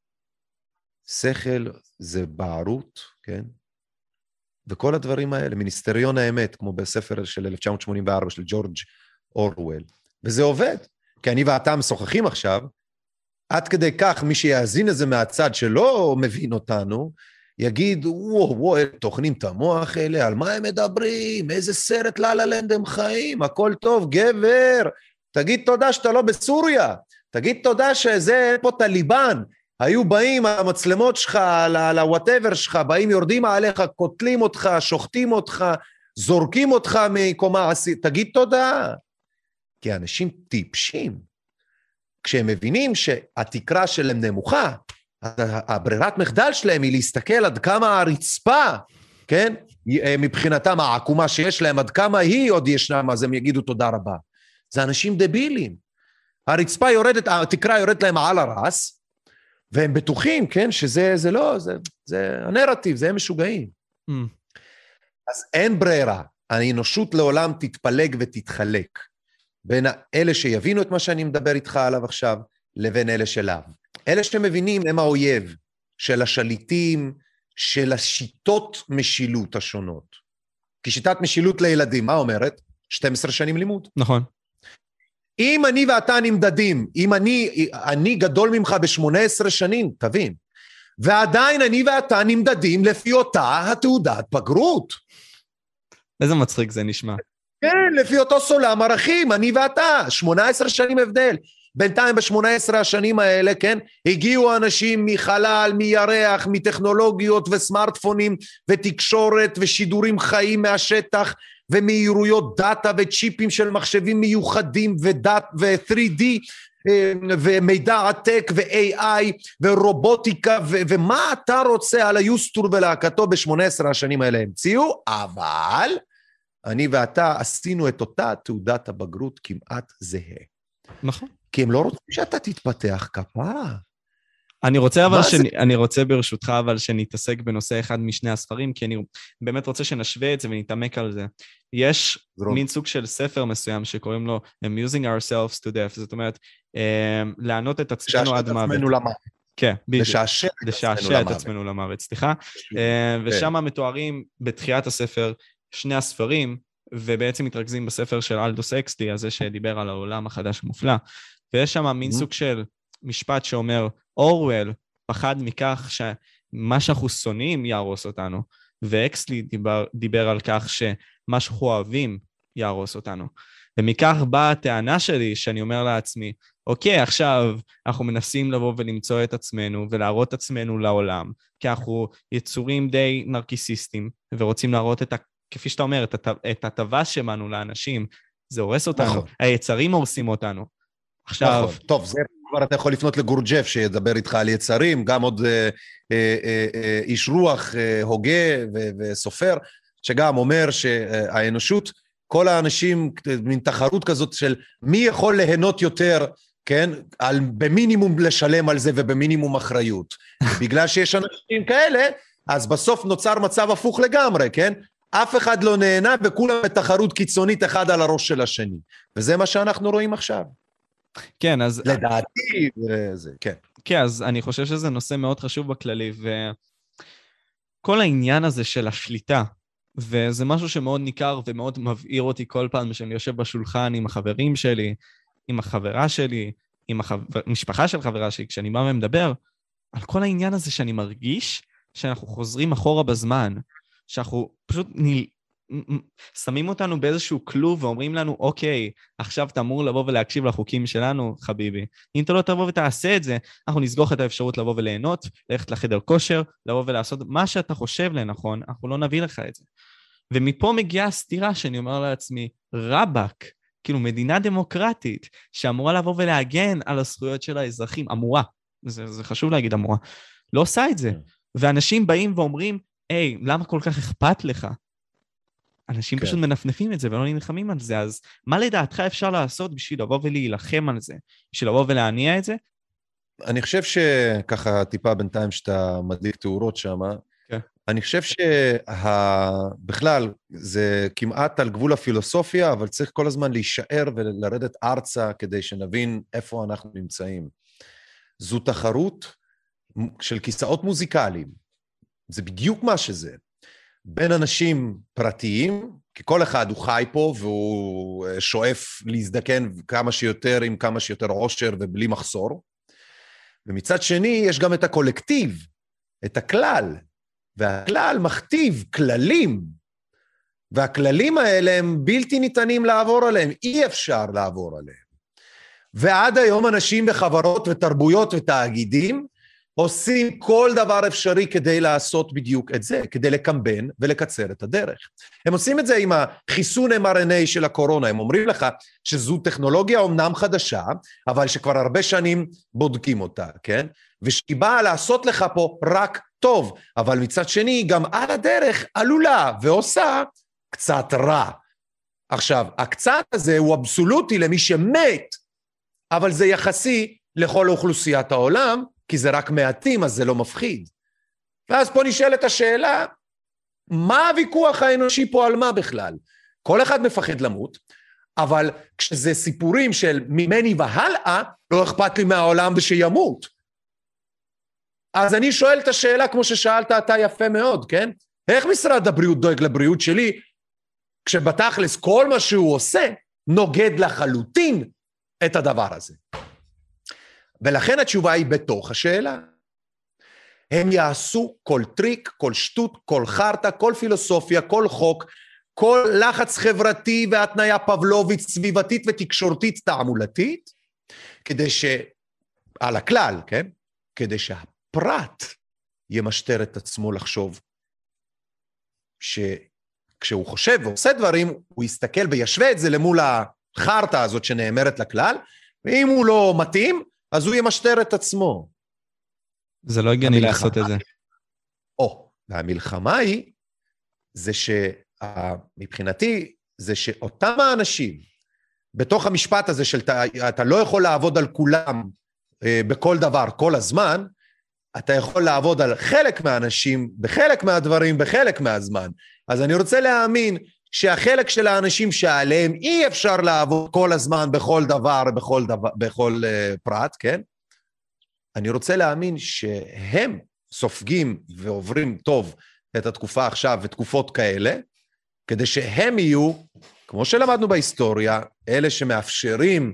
שכל זה בערות, כן? וכל הדברים האלה, מיניסטריון האמת, כמו בספר של אלף תשע מאות שמונים וארבע של ג'ורג' אורוול, וזה עובד, כי אני ואתה משוחחים עכשיו, עד כדי כך מי שיאזין לזה מהצד שלא מבין אותנו, יגיד, וואו, וואו, תוכנים את המוח אלה, על מה הם מדברים, איזה סרט ללה-לנד הם חיים, הכל טוב, גבר, תגיד תודה שאתה לא בסוריה, תגיד תודה שזה פה טליבן, היו באים המצלמות שלך, לוואטאבר שלך, באים יורדים עליך, קוטלים אותך, שוחטים אותך, זורקים אותך מקומה עשית, תגיד תודה. כי אנשים טיפשים. כשהם מבינים שהתקרה שלהם נמוכה, הברירת מחדל שלהם היא להסתכל עד כמה הרצפה, כן? מבחינתם העקומה שיש להם, עד כמה היא עוד ישנה, אז הם יגידו תודה רבה. זה אנשים דבילים. הרצפה יורדת, התקרה יורדת להם על הרס, והם בטוחים, כן, שזה זה לא, זה, זה הנרטיב, זה הם משוגעים. Mm. אז אין ברירה, האנושות לעולם תתפלג ותתחלק, בין אלה שיבינו את מה שאני מדבר איתך עליו עכשיו, לבין אלה שלאו. אלה שמבינים הם האויב של השליטים, של השיטות משילות השונות. כי שיטת משילות לילדים, מה אומרת? שתים עשרה שנים לימוד. נכון. אם אני ואתה נמדדים, אם אני, אני גדול ממך ב-שמונה עשרה שנים, תבין, ועדיין אני ואתה נמדדים לפי אותה התעודת בגרות. איזה מצחיק זה נשמע. כן, לפי אותו סולם ערכים, אני ואתה, שמונה עשרה שנים הבדל. בינתיים ב-שמונה עשרה השנים האלה, כן, הגיעו אנשים מחלל, מירח, מטכנולוגיות וסמארטפונים ותקשורת ושידורים חיים מהשטח, ומהירויות דאטה וצ'יפים של מחשבים מיוחדים ודאט ו-תרי די ומידע עתק ו-איי איי ורובוטיקה ו- ומה אתה רוצה על היוסטור ולהקתו ב-שמונה עשרה השנים האלה המציאו, אבל אני ואתה עשינו את אותה תעודת הבגרות כמעט זהה. נכון. כי הם לא רוצים שאתה תתפתח כפרה. אני רוצה אבל שאני, אני רוצה ברשותך אבל שנתעסק בנושא אחד משני הספרים, כי אני באמת רוצה שנשווה את זה ונתעמק על זה. יש זרום. מין סוג של ספר מסוים שקוראים לו Amusing Ourselves to Death, זאת אומרת, לענות את עצמנו עד מוות. עצמנו למוות. כן, בדיוק. לשעשע את לשעשע את עצמנו למוות, סליחה. ושם מתוארים בתחילת הספר שני הספרים, ובעצם מתרכזים בספר של אלדוס אקסלי, הזה שדיבר על העולם החדש המופלא, ויש שם מין סוג של משפט שאומר, אורוול פחד מכך שמה שאנחנו שונאים יהרוס אותנו, ואקסלי דיבר, דיבר על כך שמה שאנחנו אוהבים יהרוס אותנו. ומכך באה הטענה שלי, שאני אומר לעצמי, אוקיי, עכשיו אנחנו מנסים לבוא ולמצוא את עצמנו, ולהראות את עצמנו לעולם, כי אנחנו יצורים די נרקיסיסטים, ורוצים להראות את, כפי שאתה אומר, את הטבה שמנו לאנשים, זה הורס אותנו, נכון. היצרים הורסים אותנו. עכשיו... נכון, טוב, זה... כבר אתה יכול לפנות לגורג'ף שידבר איתך על יצרים, גם עוד אה, אה, אה, איש רוח, אה, הוגה ו- וסופר, שגם אומר שהאנושות, כל האנשים, מין תחרות כזאת של מי יכול ליהנות יותר, כן, על, במינימום לשלם על זה ובמינימום אחריות. בגלל שיש אנשים כאלה, אז בסוף נוצר מצב הפוך לגמרי, כן? אף אחד לא נהנה וכולם בתחרות קיצונית אחד על הראש של השני. וזה מה שאנחנו רואים עכשיו. כן, אז... לדעתי, זה, כן. כן, אז אני חושב שזה נושא מאוד חשוב בכללי, וכל העניין הזה של השליטה, וזה משהו שמאוד ניכר ומאוד מבעיר אותי כל פעם שאני יושב בשולחן עם החברים שלי, עם החברה שלי, עם המשפחה של חברה שלי, כשאני בא ומדבר, על כל העניין הזה שאני מרגיש שאנחנו חוזרים אחורה בזמן, שאנחנו פשוט נל... שמים אותנו באיזשהו כלוב ואומרים לנו, אוקיי, עכשיו אתה אמור לבוא ולהקשיב לחוקים שלנו, חביבי. אם אתה לא תבוא ותעשה את זה, אנחנו נסגור את האפשרות לבוא וליהנות, ללכת לחדר כושר, לבוא ולעשות מה שאתה חושב לנכון, אנחנו לא נביא לך את זה. ומפה מגיעה הסתירה שאני אומר לעצמי, רבק, כאילו מדינה דמוקרטית, שאמורה לבוא ולהגן על הזכויות של האזרחים, אמורה, זה, זה חשוב להגיד אמורה, לא עושה את זה. ואנשים באים ואומרים, היי, למה כל כך אכפת לך? אנשים כן. פשוט מנפנפים את זה ולא נלחמים על זה, אז מה לדעתך אפשר לעשות בשביל לבוא ולהילחם על זה? בשביל לבוא ולהניע את זה? אני חושב שככה טיפה בינתיים שאתה מדליק תאורות שם, כן. אני חושב שבכלל זה כמעט על גבול הפילוסופיה, אבל צריך כל הזמן להישאר ולרדת ארצה כדי שנבין איפה אנחנו נמצאים. זו תחרות של כיסאות מוזיקליים, זה בדיוק מה שזה. בין אנשים פרטיים, כי כל אחד הוא חי פה והוא שואף להזדקן כמה שיותר עם כמה שיותר עושר ובלי מחסור, ומצד שני יש גם את הקולקטיב, את הכלל, והכלל מכתיב כללים, והכללים האלה הם בלתי ניתנים לעבור עליהם, אי אפשר לעבור עליהם. ועד היום אנשים בחברות ותרבויות ותאגידים עושים כל דבר אפשרי כדי לעשות בדיוק את זה, כדי לקמבן ולקצר את הדרך. הם עושים את זה עם החיסון אם אר אן איי של הקורונה, הם אומרים לך שזו טכנולוגיה אומנם חדשה, אבל שכבר הרבה שנים בודקים אותה, כן? ושהיא באה לעשות לך פה רק טוב, אבל מצד שני גם על הדרך עלולה ועושה קצת רע. עכשיו, הקצת הזה הוא אבסולוטי למי שמת, אבל זה יחסי לכל אוכלוסיית העולם, כי זה רק מעטים, אז זה לא מפחיד. ואז פה נשאלת השאלה, מה הוויכוח האנושי פה על מה בכלל? כל אחד מפחד למות, אבל כשזה סיפורים של ממני והלאה, לא אכפת לי מהעולם ושימות. אז אני שואל את השאלה, כמו ששאלת אתה יפה מאוד, כן? איך משרד הבריאות דואג לבריאות שלי, כשבתכלס כל מה שהוא עושה, נוגד לחלוטין את הדבר הזה. ולכן התשובה היא בתוך השאלה. הם יעשו כל טריק, כל שטות, כל חרטה, כל פילוסופיה, כל חוק, כל לחץ חברתי והתניה פבלובית, סביבתית ותקשורתית תעמולתית, כדי ש... על הכלל, כן? כדי שהפרט ימשטר את עצמו לחשוב שכשהוא חושב ועושה דברים, הוא יסתכל וישווה את זה למול החרטה הזאת שנאמרת לכלל, ואם הוא לא מתאים, אז הוא ימשטר את עצמו. זה לא הגיוני לעשות את זה. או, והמלחמה היא, זה שמבחינתי, זה שאותם האנשים, בתוך המשפט הזה של אתה לא יכול לעבוד על כולם בכל דבר, כל הזמן, אתה יכול לעבוד על חלק מהאנשים, בחלק מהדברים, בחלק מהזמן. אז אני רוצה להאמין שהחלק של האנשים שעליהם אי אפשר לעבוד כל הזמן בכל דבר, בכל, דבר, בכל uh, פרט, כן? אני רוצה להאמין שהם סופגים ועוברים טוב את התקופה עכשיו ותקופות כאלה, כדי שהם יהיו, כמו שלמדנו בהיסטוריה, אלה שמאפשרים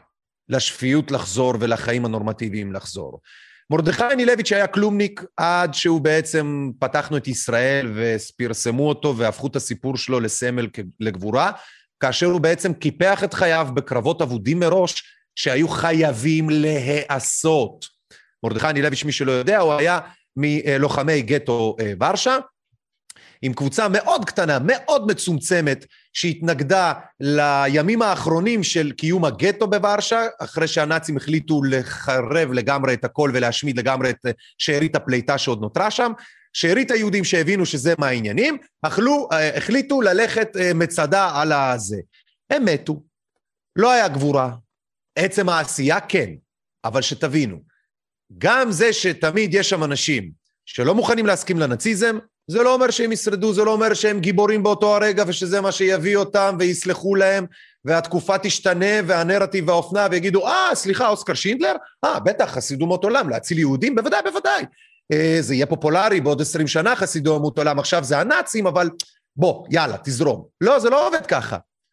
לשפיות לחזור ולחיים הנורמטיביים לחזור. מרדכי אנילביץ' היה כלומניק עד שהוא בעצם פתחנו את ישראל ופרסמו אותו והפכו את הסיפור שלו לסמל לגבורה, כאשר הוא בעצם קיפח את חייו בקרבות אבודים מראש שהיו חייבים להיעשות. מרדכי אנילביץ', מי שלא יודע, הוא היה מלוחמי גטו ורשה, עם קבוצה מאוד קטנה, מאוד מצומצמת, שהתנגדה לימים האחרונים של קיום הגטו בוורשה, אחרי שהנאצים החליטו לחרב לגמרי את הכל ולהשמיד לגמרי את שארית הפליטה שעוד נותרה שם, שארית היהודים שהבינו שזה מה העניינים, אכלו, החליטו ללכת מצדה על הזה. הם מתו, לא היה גבורה, עצם העשייה כן, אבל שתבינו, גם זה שתמיד יש שם אנשים שלא מוכנים להסכים לנאציזם, זה לא אומר שהם ישרדו, זה לא אומר שהם גיבורים באותו הרגע, ושזה מה שיביא אותם ויסלחו להם, והתקופה תשתנה, והנרטיב והאופנה, ויגידו, אה, סליחה, אוסקר שינדלר? אה, בטח, חסידו אומות עולם, להציל יהודים? בוודאי, בוודאי. אה, זה יהיה פופולרי, בעוד עשרים שנה חסידו אומות עולם, עכשיו זה הנאצים, אבל בוא, יאללה, תזרום. לא, זה לא עובד ככה.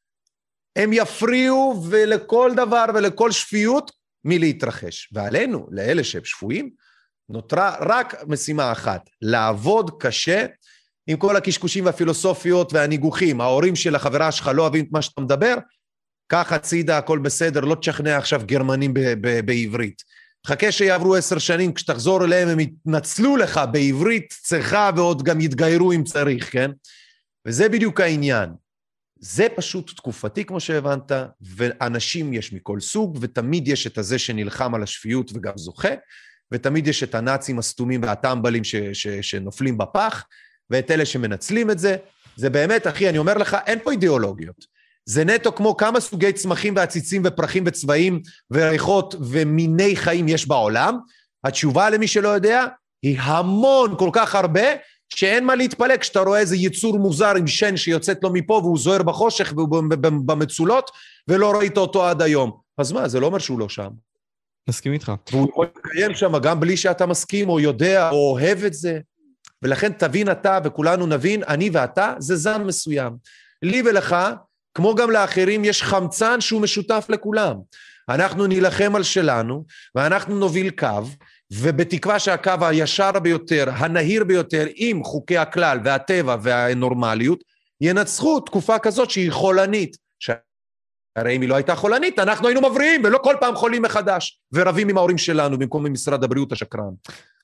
הם יפריעו ולכל דבר ולכל שפיות מלהתרחש. ועלינו, לאלה שהם שפויים, נותרה רק משימה אחת, לעבוד קשה עם כל הקשקושים והפילוסופיות והניגוחים. ההורים של החברה שלך לא אוהבים את מה שאתה מדבר, ככה צידה, הכל בסדר, לא תשכנע עכשיו גרמנים ב- ב- בעברית. חכה שיעברו עשר שנים, כשתחזור אליהם הם יתנצלו לך בעברית צריכה ועוד גם יתגיירו אם צריך, כן? וזה בדיוק העניין. זה פשוט תקופתי כמו שהבנת, ואנשים יש מכל סוג, ותמיד יש את הזה שנלחם על השפיות וגם זוכה, ותמיד יש את הנאצים הסתומים והטמבלים ש- ש- שנופלים בפח, ואת אלה שמנצלים את זה. זה באמת, אחי, אני אומר לך, אין פה אידיאולוגיות. זה נטו כמו כמה סוגי צמחים ועציצים ופרחים וצבעים וריחות ומיני חיים יש בעולם. התשובה למי שלא יודע, היא המון, כל כך הרבה, שאין מה להתפלא כשאתה רואה איזה יצור מוזר עם שן שיוצאת לו מפה, והוא זוהר בחושך והוא במצולות, ולא ראית אותו עד היום. אז מה, זה לא אומר שהוא לא שם. מסכים איתך. והוא יכול לקיים שם גם בלי שאתה מסכים, או יודע, או אוהב את זה. ולכן תבין אתה, וכולנו נבין, אני ואתה, זה זן מסוים. לי ולך, כמו גם לאחרים, יש חמצן שהוא משותף לכולם. אנחנו נילחם על שלנו, ואנחנו נוביל קו, ובתקווה שהקו הישר ביותר, הנהיר ביותר, עם חוקי הכלל והטבע והנורמליות, ינצחו תקופה כזאת שהיא חולנית. הרי אם היא לא הייתה חולנית, אנחנו היינו מבריאים, ולא כל פעם חולים מחדש, ורבים עם ההורים שלנו, במקום עם משרד הבריאות השקרן.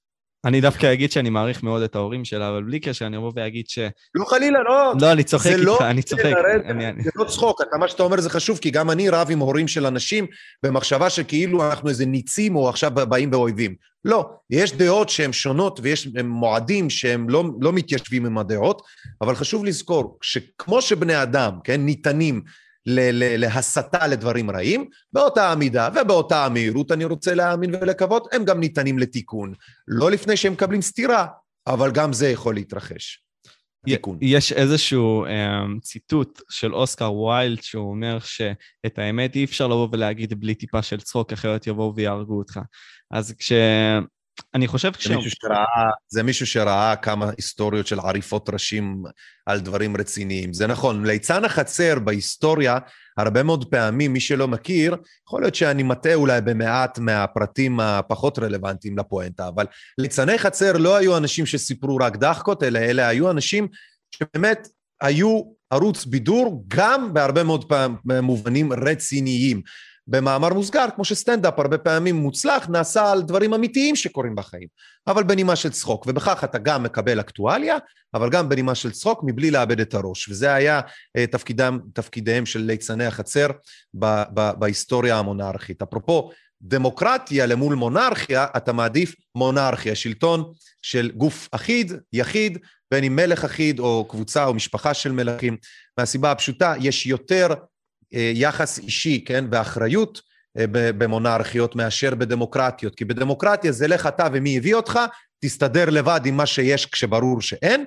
אני דווקא אגיד שאני מעריך מאוד את ההורים שלה, אבל בלי קשר, אני אבוא ואגיד ש... לא חלילה, לא. לא, אני צוחק איתך, אני צוחק. זה לא צחוק, מה שאתה אומר זה חשוב, כי גם אני רב עם הורים של אנשים, במחשבה שכאילו אנחנו איזה ניצים, או עכשיו באים באויבים. לא, יש דעות שהן שונות, ויש מועדים שהם לא, לא מתיישבים עם הדעות, אבל חשוב לזכור, שכמו שבני אדם, כן, ניתנים, להסתה לדברים רעים, באותה עמידה ובאותה המהירות אני רוצה להאמין ולקוות, הם גם ניתנים לתיקון. לא לפני שהם מקבלים סתירה, אבל גם זה יכול להתרחש. תיקון. יש איזשהו um, ציטוט של אוסקר ויילד, שהוא אומר שאת האמת אי אפשר לבוא ולהגיד בלי טיפה של צחוק, אחרת יבואו ויהרגו אותך. אז כש... אני חושב כש... זה מישהו שראה, זה מישהו שראה כמה היסטוריות של עריפות ראשים על דברים רציניים. זה נכון, ליצן החצר בהיסטוריה, הרבה מאוד פעמים, מי שלא מכיר, יכול להיות שאני מטעה אולי במעט מהפרטים הפחות רלוונטיים לפואנטה, אבל ליצני חצר לא היו אנשים שסיפרו רק דחקות, אלא אלה היו אנשים שבאמת היו ערוץ בידור, גם בהרבה מאוד פעם מובנים רציניים. במאמר מוסגר, כמו שסטנדאפ הרבה פעמים מוצלח, נעשה על דברים אמיתיים שקורים בחיים, אבל בנימה של צחוק, ובכך אתה גם מקבל אקטואליה, אבל גם בנימה של צחוק, מבלי לאבד את הראש, וזה היה תפקידם, תפקידיהם של ליצני החצר ב- ב- בהיסטוריה המונרכית. אפרופו דמוקרטיה למול מונרכיה, אתה מעדיף מונרכיה, שלטון של גוף אחיד, יחיד, בין אם מלך אחיד או קבוצה או משפחה של מלכים, מהסיבה הפשוטה, יש יותר יחס אישי, כן, ואחריות במונרכיות מאשר בדמוקרטיות, כי בדמוקרטיה זה לך אתה ומי הביא אותך, תסתדר לבד עם מה שיש כשברור שאין,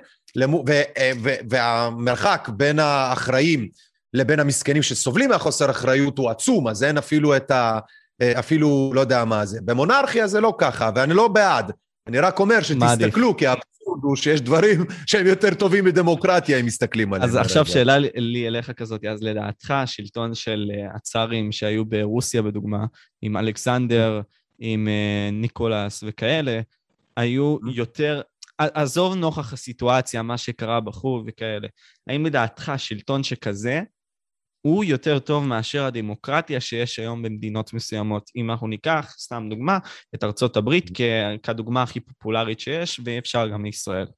והמרחק בין האחראים לבין המסכנים שסובלים מהחוסר אחריות הוא עצום, אז אין אפילו את ה... אפילו לא יודע מה זה. במונרכיה זה לא ככה, ואני לא בעד, אני רק אומר שתסתכלו, כי האבסורד הוא שיש דברים שהם יותר טובים מדמוקרטיה, אם מסתכלים עליהם. אז עכשיו שאלה לי אליך כזאת, אז לדעתך, השלטון של הצארים שהיו ברוסיה בדוגמה, עם אלכסנדר, עם ניקולס וכאלה, היו יותר, עזוב נוכח הסיטואציה, מה שקרה בחור וכאלה, האם לדעתך שלטון שכזה, הוא יותר טוב מאשר הדמוקרטיה שיש היום במדינות מסוימות. אם אנחנו ניקח, סתם דוגמה, את ארצות הברית כדוגמה הכי פופולרית שיש, ואפשר גם לישראל.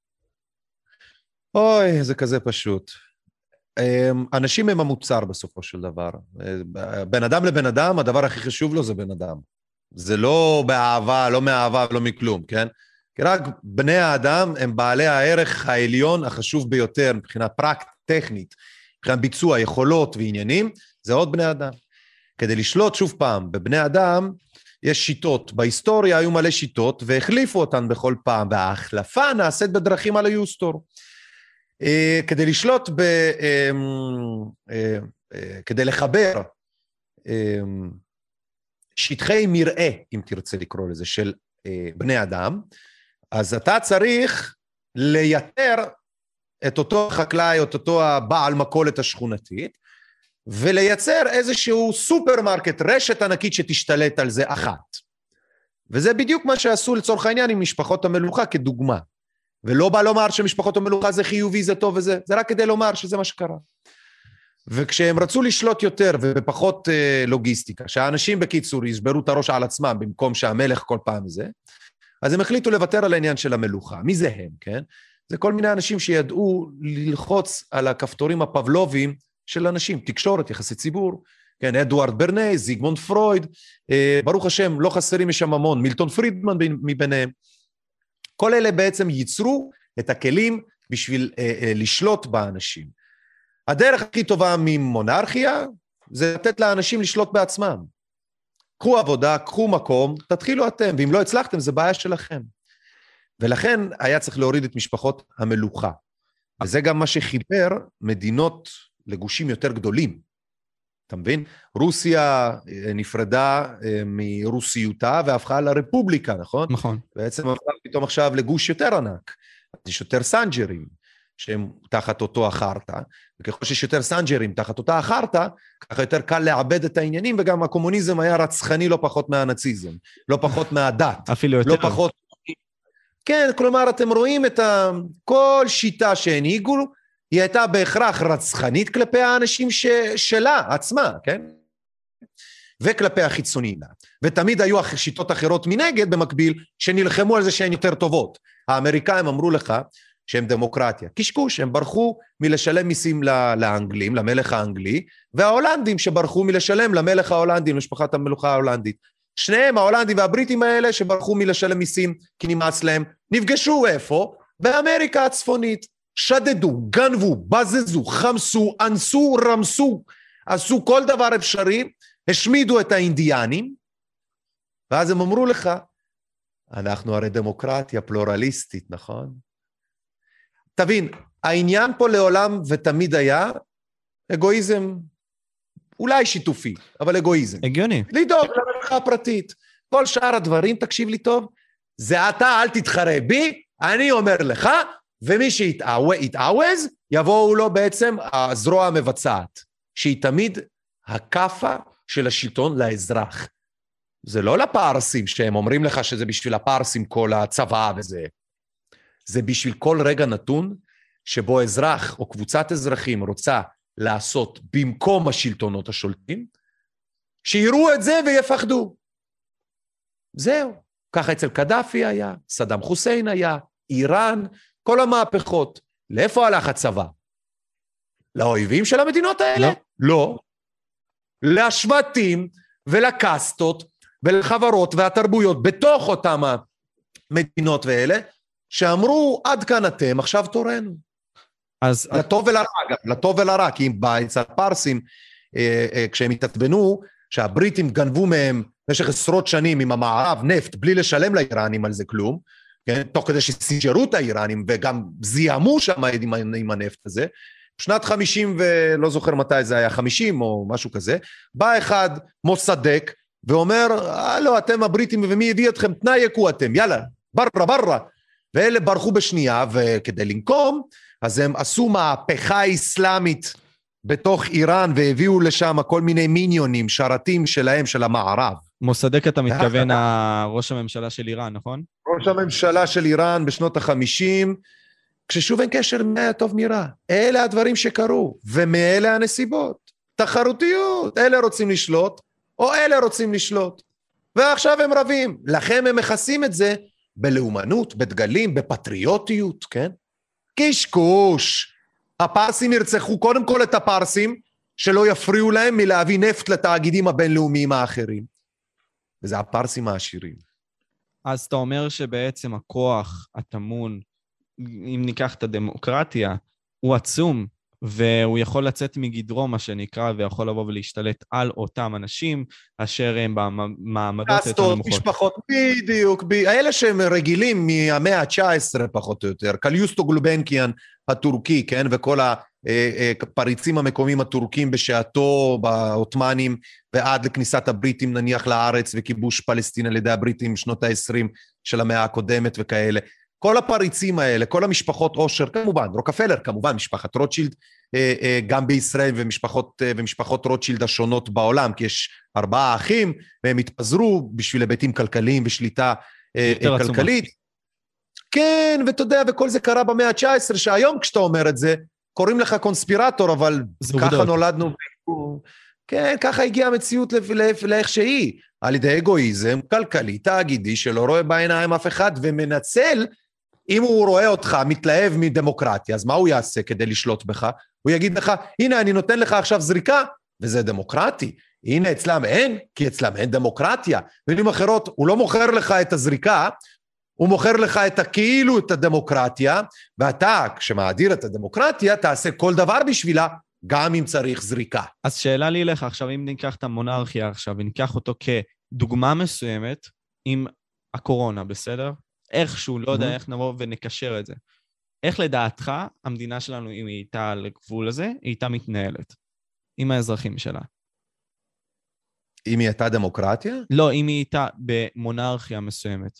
אוי, זה כזה פשוט. אנשים הם המוצר בסופו של דבר. בן אדם לבן אדם, הדבר הכי חשוב לו זה בן אדם. זה לא באהבה, לא מאהבה, לא מכלום, כן? כי רק בני האדם הם בעלי הערך העליון החשוב ביותר, מבחינה פרקט, טכנית, מבחינת ביצוע, יכולות ועניינים, זה עוד בני אדם. כדי לשלוט שוב פעם בבני אדם, יש שיטות. בהיסטוריה היו מלא שיטות, והחליפו אותן בכל פעם, וההחלפה נעשית בדרכים על היוסטור. כדי לשלוט, ב, כדי לחבר שטחי מראה, אם תרצה לקרוא לזה, של בני אדם, אז אתה צריך לייתר את אותו חקלאי, את אותו הבעל מכולת השכונתית, ולייצר איזשהו סופרמרקט, רשת ענקית שתשתלט על זה אחת. וזה בדיוק מה שעשו לצורך העניין עם משפחות המלוכה כדוגמה. ולא בא לומר שמשפחות המלוכה זה חיובי, זה טוב וזה, זה רק כדי לומר שזה מה שקרה. וכשהם רצו לשלוט יותר ובפחות אה, לוגיסטיקה, שהאנשים בקיצור ישברו את הראש על עצמם במקום שהמלך כל פעם זה, אז הם החליטו לוותר על העניין של המלוכה. מי זה הם, כן? זה כל מיני אנשים שידעו ללחוץ על הכפתורים הפבלוביים של אנשים, תקשורת, יחסי ציבור, כן, אדוארד ברני, זיגמונד פרויד, אה, ברוך השם, לא חסרים משם המון, מילטון פרידמן מביניהם. כל אלה בעצם ייצרו את הכלים בשביל אה, אה, לשלוט באנשים. הדרך הכי טובה ממונרכיה, זה לתת לאנשים לשלוט בעצמם. קחו עבודה, קחו מקום, תתחילו אתם, ואם לא הצלחתם, זה בעיה שלכם. ולכן היה צריך להוריד את משפחות המלוכה. וזה גם מה שחיבר מדינות לגושים יותר גדולים. אתה מבין? רוסיה נפרדה מרוסיותה והפכה לרפובליקה, נכון? נכון. בעצם הפכה פתאום עכשיו לגוש יותר ענק. יש יותר סנג'רים שהם תחת אותו החרטה, וככל שיש יותר סנג'רים תחת אותה החרטה, ככה יותר קל לעבד את העניינים, וגם הקומוניזם היה רצחני לא פחות מהנאציזם, לא פחות מהדת. אפילו יותר. לא פחות... כן, כלומר, אתם רואים את ה... כל שיטה שהנהיגו, היא הייתה בהכרח רצחנית כלפי האנשים ש... שלה, עצמה, כן? וכלפי החיצוניים. ותמיד היו שיטות אחרות מנגד במקביל, שנלחמו על זה שהן יותר טובות. האמריקאים אמרו לך שהם דמוקרטיה. קשקוש, הם ברחו מלשלם מיסים לאנגלים, למלך האנגלי, וההולנדים שברחו מלשלם למלך ההולנדי, למשפחת המלוכה ההולנדית. שניהם, ההולנדים והבריטים האלה, שברחו מלשלם מיסים, כי נמאס להם, נפגשו איפה? באמריקה הצפונית. שדדו, גנבו, בזזו, חמסו, אנסו, רמסו, עשו כל דבר אפשרי, השמידו את האינדיאנים, ואז הם אמרו לך, אנחנו הרי דמוקרטיה פלורליסטית, נכון? תבין, העניין פה לעולם ותמיד היה אגואיזם, אולי שיתופי, אבל אגואיזם. הגיוני. לדאוג למלאכה הפרטית. כל שאר הדברים, תקשיב לי טוב, זה אתה, אל תתחרה בי, אני אומר לך, ומי שיתעווז, יבואו לו בעצם הזרוע המבצעת, שהיא תמיד הקפה של השלטון לאזרח. זה לא לפרסים שהם אומרים לך שזה בשביל הפרסים כל הצבא וזה. זה בשביל כל רגע נתון שבו אזרח או קבוצת אזרחים רוצה לעשות במקום השלטונות השולטים, שיראו את זה ויפחדו. זהו. ככה אצל קדאפי היה, סדאם חוסיין היה, איראן, כל המהפכות. לאיפה הלך הצבא? לאויבים של המדינות האלה? לא. לא. לשבטים ולקסטות ולחברות והתרבויות בתוך אותם המדינות ואלה, שאמרו, עד כאן אתם, עכשיו תורנו. אז... לטוב ולרע, לטוב ולרע, כי אם אצל הפרסים, אה, אה, כשהם התעצבנו, שהבריטים גנבו מהם במשך עשרות שנים עם המערב נפט, בלי לשלם לאיראנים על זה כלום, כן? תוך כדי שסיג'רו את האיראנים, וגם זיהמו שם עם, עם הנפט הזה, בשנת חמישים, ולא זוכר מתי זה היה, חמישים או משהו כזה, בא אחד מוסדק, ואומר, אה, לא, אתם הבריטים, ומי הביא אתכם? תנאי יקו אתם, יאללה, בררה, בררה. ואלה ברחו בשנייה, וכדי לנקום, אז הם עשו מהפכה אסלאמית בתוך איראן, והביאו לשם כל מיני מיניונים, שרתים שלהם, של המערב. מוסדק אתה מתכוון ראש הממשלה של איראן, נכון? ראש הממשלה של איראן בשנות החמישים, כששוב אין קשר מי היה טוב מרע. אלה הדברים שקרו, ומאלה הנסיבות. תחרותיות, אלה רוצים לשלוט, או אלה רוצים לשלוט. ועכשיו הם רבים. לכם הם מכסים את זה בלאומנות, בדגלים, בפטריוטיות, כן? קשקוש. הפרסים ירצחו קודם כל את הפרסים, שלא יפריעו להם מלהביא נפט לתאגידים הבינלאומיים האחרים. וזה הפרסים העשירים. אז אתה אומר שבעצם הכוח התמון, אם ניקח את הדמוקרטיה, הוא עצום, והוא יכול לצאת מגדרו, מה שנקרא, ויכול לבוא ולהשתלט על אותם אנשים, אשר הם במעמדות יותר נמוכות. משפחות, בדיוק, ב... האלה שהם רגילים מהמאה ה-תשע עשרה פחות או יותר, קליוסטו גלובנקיאן הטורקי, כן, וכל הפריצים המקומיים הטורקים בשעתו, בעות'מאנים, ועד לכניסת הבריטים נניח לארץ, וכיבוש פלסטין על ידי הבריטים שנות ה-עשרים של המאה הקודמת וכאלה. כל הפריצים האלה, כל המשפחות עושר, כמובן, רוקפלר, כמובן, משפחת רוטשילד, גם בישראל ומשפחות, ומשפחות רוטשילד השונות בעולם, כי יש ארבעה אחים, והם התפזרו בשביל היבטים כלכליים ושליטה כלכלית. כן, ואתה יודע, וכל זה קרה במאה ה-תשע עשרה, שהיום כשאתה אומר את זה, קוראים לך קונספירטור, אבל ככה נולדנו, כן, ככה הגיעה המציאות לאיך שהיא, על ידי אגואיזם כלכלי, תאגידי, שלא רואה בעיניים אף אחד, ומנצל, אם הוא רואה אותך מתלהב מדמוקרטיה, אז מה הוא יעשה כדי לשלוט בך? הוא יגיד לך, הנה אני נותן לך עכשיו זריקה, וזה דמוקרטי. הנה אצלם אין, כי אצלם אין דמוקרטיה. במילים אחרות, הוא לא מוכר לך את הזריקה, הוא מוכר לך את הכאילו את הדמוקרטיה, ואתה, כשמאדיר את הדמוקרטיה, תעשה כל דבר בשבילה, גם אם צריך זריקה. אז שאלה לי לך עכשיו, אם ניקח את המונרכיה עכשיו, וניקח אותו כדוגמה מסוימת, עם הקורונה, בסדר? איכשהו, לא יודע איך נבוא ונקשר את זה. איך לדעתך המדינה שלנו, אם היא הייתה על הגבול הזה, היא הייתה מתנהלת? עם האזרחים שלה. אם היא הייתה דמוקרטיה? לא, אם היא הייתה במונרכיה מסוימת.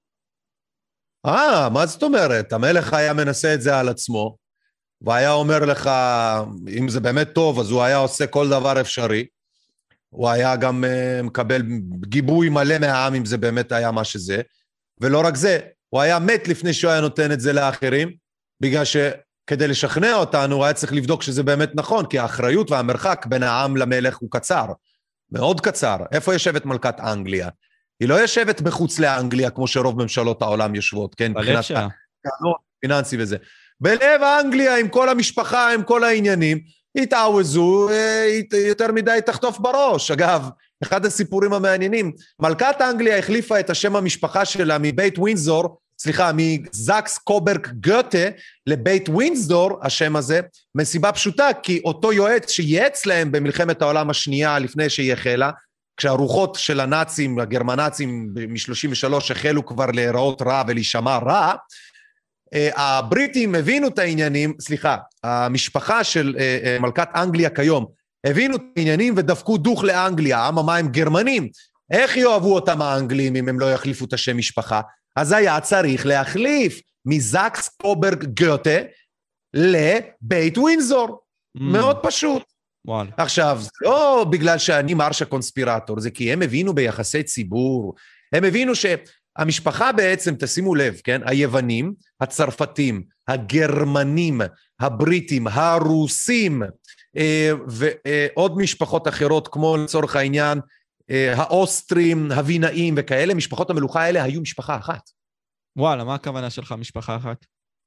אה, מה זאת אומרת? המלך היה מנסה את זה על עצמו, והיה אומר לך, אם זה באמת טוב, אז הוא היה עושה כל דבר אפשרי, הוא היה גם uh, מקבל גיבוי מלא מהעם, אם זה באמת היה מה שזה, ולא רק זה, הוא היה מת לפני שהוא היה נותן את זה לאחרים, בגלל שכדי לשכנע אותנו, הוא היה צריך לבדוק שזה באמת נכון, כי האחריות והמרחק בין העם למלך הוא קצר, מאוד קצר. איפה יושבת מלכת אנגליה? היא לא יושבת בחוץ לאנגליה, כמו שרוב ממשלות העולם יושבות, כן? בלב שלה. פיננסי וזה. בלב אנגליה, עם כל המשפחה, עם כל העניינים, התעווזו, יותר מדי תחטוף בראש. אגב, אחד הסיפורים המעניינים, מלכת אנגליה החליפה את השם המשפחה שלה מבית ווינזור, סליחה, מזקס קוברג גוטה לבית ווינזור, השם הזה, מסיבה פשוטה, כי אותו יועץ שייעץ להם במלחמת העולם השנייה לפני שהיא החלה, כשהרוחות של הנאצים, הגרמנאצים מ-שלושים ושלוש החלו כבר להיראות רע ולהישמע רע, הבריטים הבינו את העניינים, סליחה, המשפחה של מלכת אנגליה כיום, הבינו את העניינים ודפקו דוך לאנגליה, אממה הם גרמנים, איך יאהבו אותם האנגלים אם הם לא יחליפו את השם משפחה? אז היה צריך להחליף מזקס קוברג גוטה לבית ווינזור, mm. מאוד פשוט. וואל. עכשיו, לא בגלל שאני מרשה קונספירטור, זה כי הם הבינו ביחסי ציבור, הם הבינו שהמשפחה בעצם, תשימו לב, כן? היוונים, הצרפתים, הגרמנים, הבריטים, הרוסים, ועוד משפחות אחרות, כמו לצורך העניין, האוסטרים, הווינאים וכאלה, משפחות המלוכה האלה היו משפחה אחת. וואלה, מה הכוונה שלך, משפחה אחת?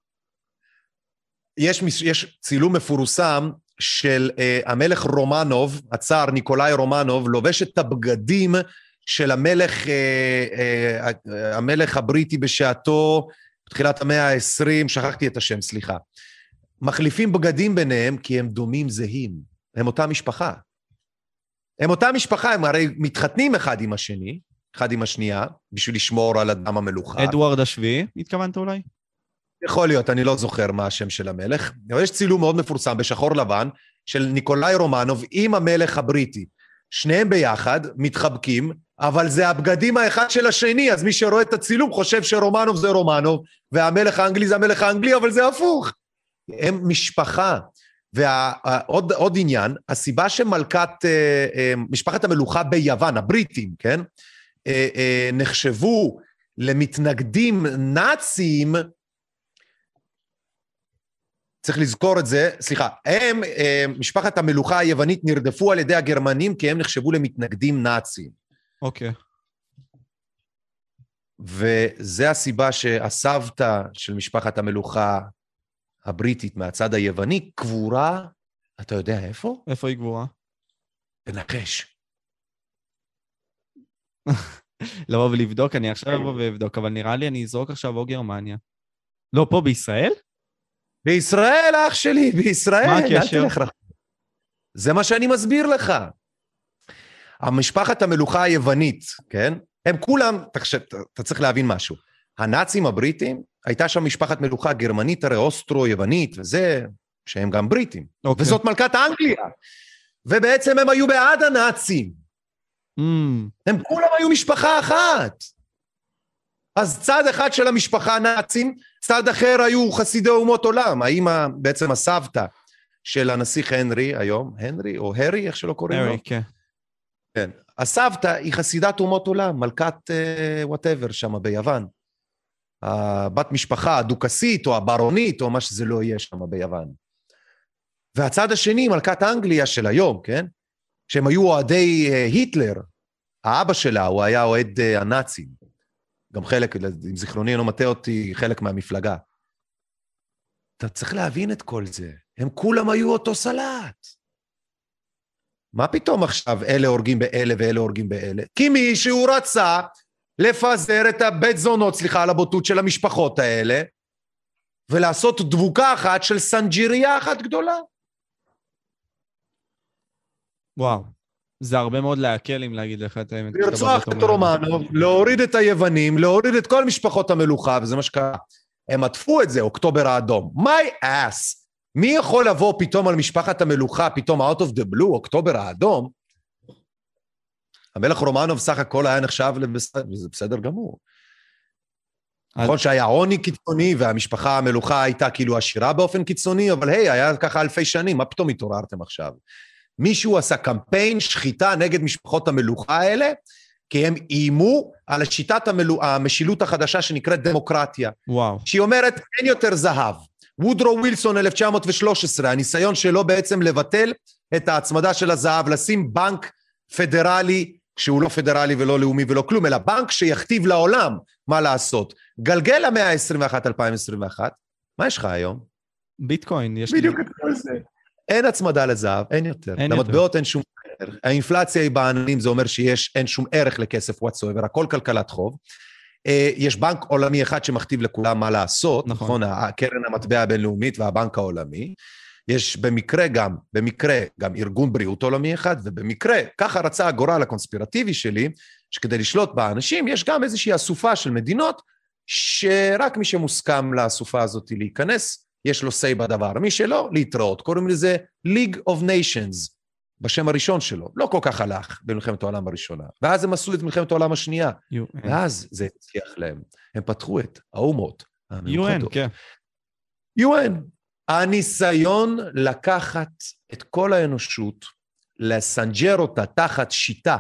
יש, יש צילום מפורסם של uh, המלך רומנוב, הצאר ניקולאי רומנוב, לובש את הבגדים של המלך, uh, uh, המלך הבריטי בשעתו, בתחילת המאה ה-עשרים, שכחתי את השם, סליחה. מחליפים בגדים ביניהם כי הם דומים זהים, הם אותה משפחה. הם אותה משפחה, הם הרי מתחתנים אחד עם השני, אחד עם השנייה, בשביל לשמור על אדם המלוכה. אדוארד השביעי, התכוונת אולי? יכול להיות, אני לא זוכר מה השם של המלך, אבל יש צילום מאוד מפורסם בשחור לבן, של ניקולאי רומנוב עם המלך הבריטי. שניהם ביחד, מתחבקים, אבל זה הבגדים האחד של השני, אז מי שרואה את הצילום חושב שרומנוב זה רומנוב, והמלך האנגלי זה המלך האנגלי, אבל זה הפוך. הם משפחה. ועוד עוד עניין, הסיבה שמלכת, משפחת המלוכה ביוון, הבריטים, כן, נחשבו למתנגדים נאציים, צריך לזכור את זה, סליחה, הם, משפחת המלוכה היוונית נרדפו על ידי הגרמנים, כי הם נחשבו למתנגדים נאציים. אוקיי. וזה הסיבה שהסבתא של משפחת המלוכה הבריטית מהצד היווני, קבורה, אתה יודע איפה? איפה היא קבורה? בנחש. לבוא ולבדוק, אני עכשיו אבוא ולבדוק, אבל נראה לי אני אזרוק עכשיו או גרמניה. לא, פה בישראל? בישראל, אח שלי, בישראל. מה הקשר? זה מה שאני מסביר לך. המשפחת המלוכה היוונית, כן? הם כולם, אתה צריך להבין משהו. הנאצים הבריטים, הייתה שם משפחת מלוכה גרמנית, הרי אוסטרו-יוונית, וזה, שהם גם בריטים. Okay. וזאת מלכת אנגליה. ובעצם הם היו בעד הנאצים. Mm. הם כולם היו משפחה אחת. אז צד אחד של המשפחה הנאצים, צד אחר היו חסידי אומות עולם. האמא, בעצם הסבתא של הנסיך הנרי היום, הנרי או הרי, איך שלא קוראים לו? הרי, כן. כן. הסבתא היא חסידת אומות עולם, מלכת וואטאבר שם ביוון. הבת משפחה הדוכסית או הברונית או מה שזה לא יהיה שם ביוון. והצד השני, מלכת אנגליה של היום, כן? שהם היו אוהדי היטלר, האבא שלה הוא היה אוהד הנאצים. גם חלק, אם זיכרוני לא מטעה אותי, חלק מהמפלגה. אתה צריך להבין את כל זה. הם כולם היו אותו סלט. מה פתאום עכשיו אלה הורגים באלה ואלה הורגים באלה? כי מישהו רצה לפזר את הבית זונות, סליחה על הבוטות של המשפחות האלה, ולעשות דבוקה אחת של סנג'יריה אחת גדולה. וואו, זה הרבה מאוד להקל אם להגיד לך את האמת. לרצוח את רומנוב, להוריד את היוונים, להוריד את כל משפחות המלוכה, וזה מה שקרה. הם עטפו את זה, אוקטובר האדום. My ass. מי יכול לבוא פתאום על משפחת המלוכה, פתאום out of the blue, אוקטובר האדום? המלך רומנוב סך הכל היה נחשב לבסדר, וזה בסדר גמור. נכון שהיה עוני קיצוני, והמשפחה המלוכה הייתה כאילו עשירה באופן קיצוני, אבל היי, היה ככה אלפי שנים, מה פתאום התעוררתם עכשיו? מישהו עשה קמפיין שחיטה נגד משפחות המלוכה האלה, כי הם איימו על שיטת המלו... המשילות החדשה שנקראת דמוקרטיה. וואו. שהיא אומרת, אין יותר זהב. וודרו ווילסון אלף תשע מאות ושלוש עשרה, הניסיון שלו בעצם לבטל את ההצמדה של הזהב, לשים בנק פדרלי, שהוא לא פדרלי ולא לאומי ולא כלום, אלא בנק שיכתיב לעולם מה לעשות. גלגל למאה ה-עשרים ואחת, אלפיים עשרים ואחת, מה יש לך היום? ביטקוין, יש לי... בדיוק את כל זה. אין הצמדה לזהב, אין יותר. למטבעות אין שום ערך. האינפלציה היא בעננים, זה אומר שיש, אין שום ערך לכסף whatsoever, הכל כלכלת חוב. יש בנק עולמי אחד שמכתיב לכולם מה לעשות, נכון, הקרן המטבע הבינלאומית והבנק העולמי. יש במקרה גם, במקרה גם ארגון בריאות עולמי אחד, ובמקרה, ככה רצה הגורל הקונספירטיבי שלי, שכדי לשלוט באנשים, יש גם איזושהי אסופה של מדינות, שרק מי שמוסכם לאסופה הזאת להיכנס, יש לו say בדבר. מי שלא, להתראות. קוראים לזה League of Nations, בשם הראשון שלו. לא כל כך הלך במלחמת העולם הראשונה. ואז הם עשו את מלחמת העולם השנייה. ואז זה הצליח להם. הם פתחו את האומות. יו אן, כן. יו אן. הניסיון לקחת את כל האנושות, לסנג'ר אותה תחת שיטה,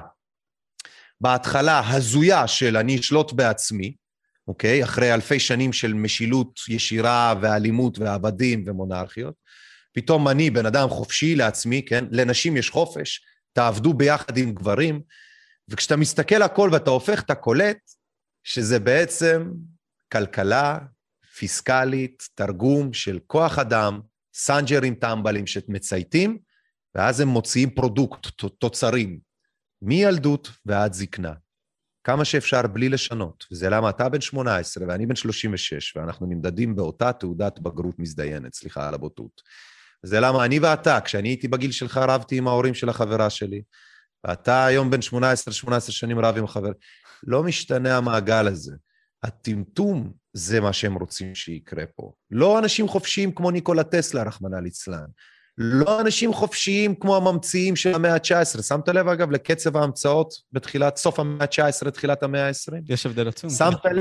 בהתחלה הזויה של אני אשלוט בעצמי, אוקיי? אחרי אלפי שנים של משילות ישירה ואלימות ועבדים ומונרכיות, פתאום אני בן אדם חופשי לעצמי, כן? לנשים יש חופש, תעבדו ביחד עם גברים, וכשאתה מסתכל הכל ואתה הופך את הקולט, שזה בעצם כלכלה פיסקלית, תרגום של כוח אדם, סנג'רים טמבלים שמצייתים, ואז הם מוציאים פרודוקט, תוצרים, מילדות ועד זקנה. כמה שאפשר בלי לשנות, וזה למה אתה בן שמונה עשרה ואני בן שלושים ושש, ואנחנו נמדדים באותה תעודת בגרות מזדיינת, סליחה על הבוטות. זה למה אני ואתה, כשאני הייתי בגיל שלך, רבתי עם ההורים של החברה שלי, ואתה היום בן שמונה עשרה שמונה עשרה שנים רב עם החבר, לא משתנה המעגל הזה. הטמטום זה מה שהם רוצים שיקרה פה. לא אנשים חופשיים כמו ניקולה טסלה, רחמנא ליצלן. לא אנשים חופשיים כמו הממציאים של המאה ה-תשע עשרה. שמת לב, אגב, לקצב ההמצאות בתחילת, סוף המאה ה-תשע עשרה, תחילת המאה ה-עשרים? יש הבדל עצום. שמת לב?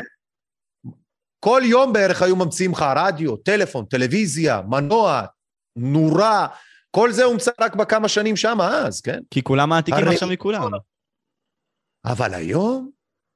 כל יום בערך היו ממציאים לך רדיו, טלפון, טלוויזיה, מנוע, נורה, כל זה הומצא רק בכמה שנים שם אז, כן? כי כולם מעתיקים עכשיו מכולם. אבל היום,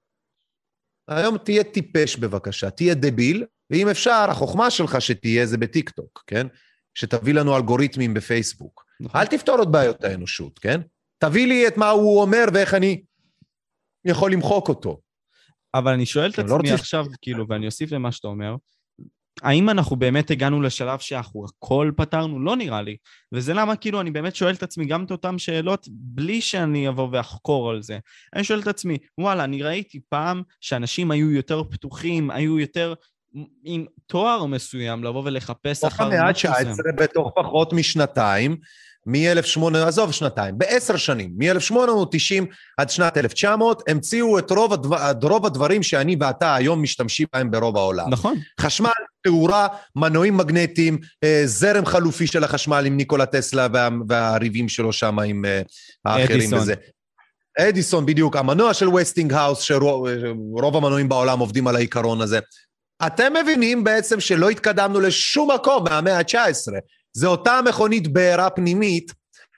היום תהיה טיפש בבקשה, תהיה דביל, ואם אפשר, החוכמה שלך שתהיה זה בטיק-טוק, כן? שתביא לנו אלגוריתמים בפייסבוק. אל תפתור עוד בעיות האנושות, כן? תביא לי את מה הוא אומר ואיך אני יכול למחוק אותו. אבל אני שואל את עצמי עכשיו, כאילו, ואני אוסיף למה שאתה אומר, האם אנחנו באמת הגענו לשלב שאנחנו הכל פתרנו? לא נראה לי. וזה למה, כאילו, אני באמת שואל את עצמי גם את אותם שאלות, בלי שאני אבוא ואחקור על זה. אני שואל את עצמי, וואלה, אני ראיתי פעם שאנשים היו יותר פתוחים, היו יותר עם תואר מסוים, לבוא ולחפש אחר המאה ה-תשע עשרה בתוך פחות משנתיים, מ-אלף שמונה מאות, עזוב שנתיים, בעשר שנים, מ-אלף שמונה מאות תשעים עד שנת אלף תשע מאות, המציאו את רוב, הדבר, רוב הדברים שאני ואתה היום משתמשים בהם ברוב העולם. נכון. חשמל, תאורה, מנועים מגנטיים, זרם חלופי של החשמל עם ניקולה טסלה וה, והריבים שלו שם עם האחרים אדיסון. וזה. אדיסון בדיוק, המנוע של ווסטינגהאוס, שרוב המנועים בעולם עובדים על העיקרון הזה. אתם מבינים בעצם שלא התקדמנו לשום מקום מהמאה ה-תשע עשרה. זה אותה מכונית בעירה פנימית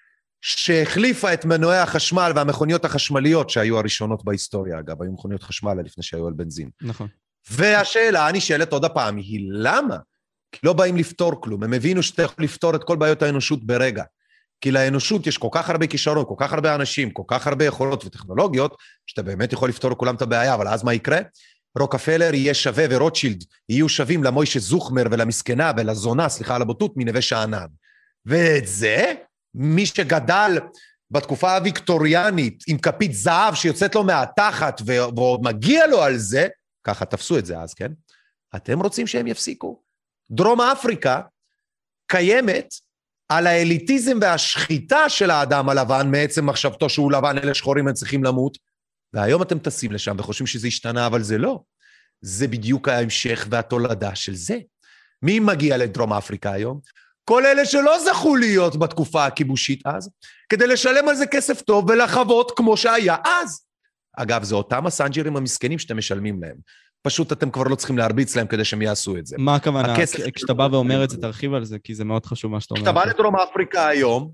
שהחליפה את מנועי החשמל והמכוניות החשמליות שהיו הראשונות בהיסטוריה, אגב, היו מכוניות חשמל לפני שהיו על בנזין. נכון. והשאלה הנשאלת עוד הפעם היא למה? כי לא באים לפתור כלום, הם הבינו שאתה יכול לפתור את כל בעיות האנושות ברגע. כי לאנושות יש כל כך הרבה כישרון, כל כך הרבה אנשים, כל כך הרבה יכולות וטכנולוגיות, שאתה באמת יכול לפתור לכולם את הבעיה, אבל אז מה יקרה? רוקפלר יהיה שווה ורוטשילד יהיו שווים למוישה זוכמר ולמסכנה ולזונה, סליחה על הבוטות, מנווה שאנן. ואת זה, מי שגדל בתקופה הוויקטוריאנית עם כפית זהב שיוצאת לו מהתחת ועוד מגיע לו על זה, ככה תפסו את זה אז, כן? אתם רוצים שהם יפסיקו? דרום אפריקה קיימת על האליטיזם והשחיטה של האדם הלבן, מעצם מחשבתו שהוא לבן, אלה שחורים הם צריכים למות, והיום אתם טסים לשם וחושבים שזה השתנה, אבל זה לא. זה בדיוק ההמשך והתולדה של זה. מי מגיע לדרום אפריקה היום? כל אלה שלא זכו להיות בתקופה הכיבושית אז, כדי לשלם על זה כסף טוב ולחוות כמו שהיה אז. אגב, זה אותם הסנג'רים המסכנים שאתם משלמים להם. פשוט אתם כבר לא צריכים להרביץ להם כדי שהם יעשו את זה. מה הכוונה? כשאתה בא ואומר את זה, תרחיב על זה, כי זה מאוד חשוב מה שאתה אומר. כשאתה בא לדרום אפריקה היום,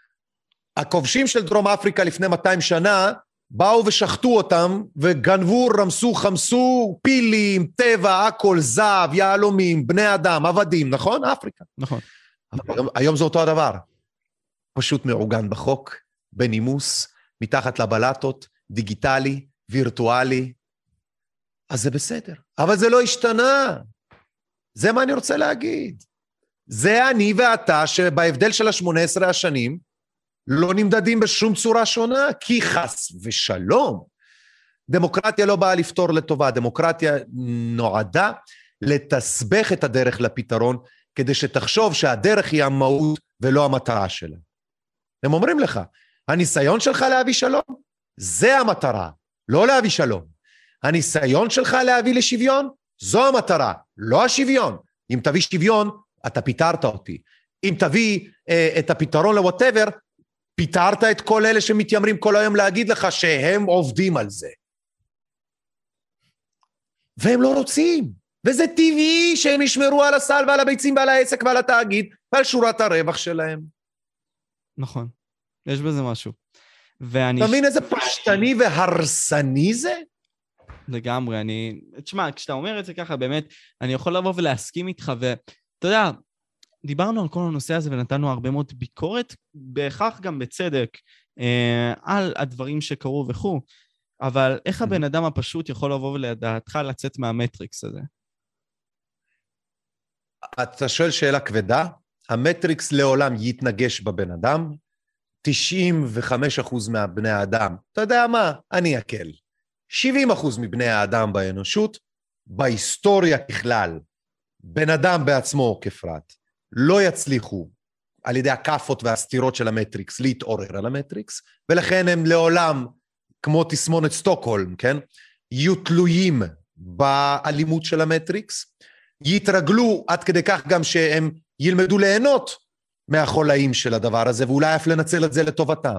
הכובשים של דרום אפריקה לפני מאתיים שנה, באו ושחטו אותם, וגנבו, רמסו, חמסו, פילים, טבע, הכל, זהב, יעלומים, בני אדם, עבדים, נכון? אפריקה. נכון. היום, היום זה אותו הדבר. פשוט מעוגן בחוק, בנימוס, מתחת לבלטות, דיגיטלי, וירטואלי, אז זה בסדר. אבל זה לא השתנה. זה מה אני רוצה להגיד. זה אני ואתה שבהבדל של ה-שמונה עשרה השנים, לא נמדדים בשום צורה שונה, כי חס ושלום. דמוקרטיה לא באה לפתור לטובה, דמוקרטיה נועדה לתסבך את הדרך לפתרון, כדי שתחשוב שהדרך היא המהות ולא המטרה שלה. הם אומרים לך, הניסיון שלך להביא שלום, זה המטרה, לא להביא שלום. הניסיון שלך להביא לשוויון, זו המטרה, לא השוויון. אם תביא שוויון, אתה פיתרת אותי. אם תביא אה, את הפתרון ל-whatever, פיתרת את כל אלה שמתיימרים כל היום להגיד לך שהם עובדים על זה. והם לא רוצים. וזה טבעי שהם ישמרו על הסל ועל הביצים ועל העסק ועל התאגיד ועל שורת הרווח שלהם. נכון. יש בזה משהו. ואני... אתה מבין איזה פשטני והרסני זה? לגמרי, אני... תשמע, כשאתה אומר את זה ככה, באמת, אני יכול לבוא ולהסכים איתך, ואתה יודע, דיברנו על כל הנושא הזה ונתנו הרבה מאוד ביקורת, בהכרח גם בצדק, אה, על הדברים שקרו וכו', אבל איך הבן אדם הפשוט יכול לבוא ולדעתך לצאת מהמטריקס הזה? אתה שואל שאלה כבדה, המטריקס לעולם יתנגש בבן אדם, תשעים וחמישה אחוז מהבני האדם, אתה יודע מה? אני אקל. שבעים אחוז מבני האדם באנושות, בהיסטוריה ככלל, בן אדם בעצמו כפרט, לא יצליחו על ידי הכפות והסתירות של המטריקס להתעורר על המטריקס, ולכן הם לעולם, כמו תסמונת סטוקהולם, כן? יהיו תלויים באלימות של המטריקס, יתרגלו עד כדי כך גם שהם ילמדו ליהנות מהחולאים של הדבר הזה, ואולי אף לנצל את זה לטובתם.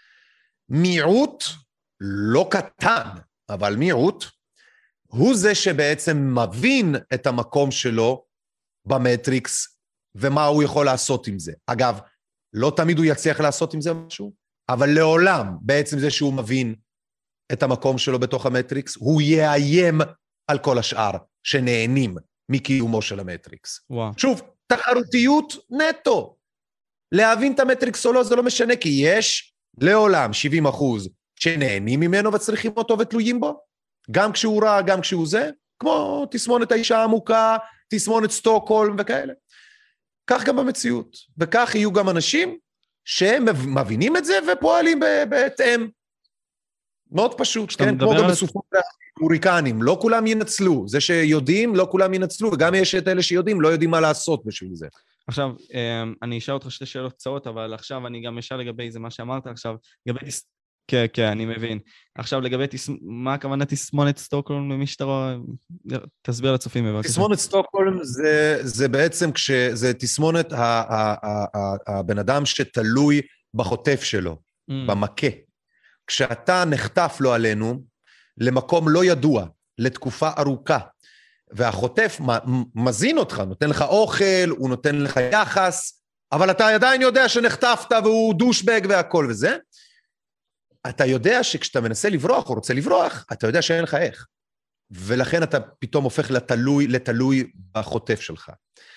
מיעוט לא קטן, אבל מיעוט, הוא זה שבעצם מבין את המקום שלו במטריקס, ומה הוא יכול לעשות עם זה. אגב, לא תמיד הוא יצליח לעשות עם זה משהו, אבל לעולם, בעצם זה שהוא מבין את המקום שלו בתוך המטריקס, הוא יאיים על כל השאר שנהנים מקיומו של המטריקס. וואו. שוב, תחרותיות נטו. להבין את המטריקס או לא, זה לא משנה, כי יש לעולם שבעים אחוז שנהנים ממנו וצריכים אותו ותלויים בו, גם כשהוא רע, גם כשהוא זה, כמו תסמונת האישה העמוקה, תסמונת סטוקהולם וכאלה. כך גם במציאות, וכך יהיו גם אנשים שהם מבינים את זה ופועלים בהתאם. מאוד פשוט, כן? כמו גם בסופות הוריקנים, לא כולם ינצלו. זה שיודעים, לא כולם ינצלו, וגם יש את אלה שיודעים, לא יודעים מה לעשות בשביל זה. עכשיו, אני אשאל אותך שתי שאלות קצרות, אבל עכשיו אני גם אשאל לגבי זה מה שאמרת עכשיו, לגבי... כן, כן, אני מבין. עכשיו לגבי, מה הכוונה תסמונת סטוקהולם למי שאתה רואה? תסביר לצופים בבקשה. תסמונת סטוקהולם זה, זה בעצם כשזה תסמונת הבן אדם שתלוי בחוטף שלו, במכה. כשאתה נחטף לו עלינו למקום לא ידוע, לתקופה ארוכה, והחוטף מזין אותך, נותן לך אוכל, הוא נותן לך יחס, אבל אתה עדיין יודע שנחטפת והוא דושבג והכל וזה, אתה יודע שכשאתה מנסה לברוח או רוצה לברוח, אתה יודע שאין לך איך. ולכן אתה פתאום הופך לתלוי, לתלוי בחוטף שלך.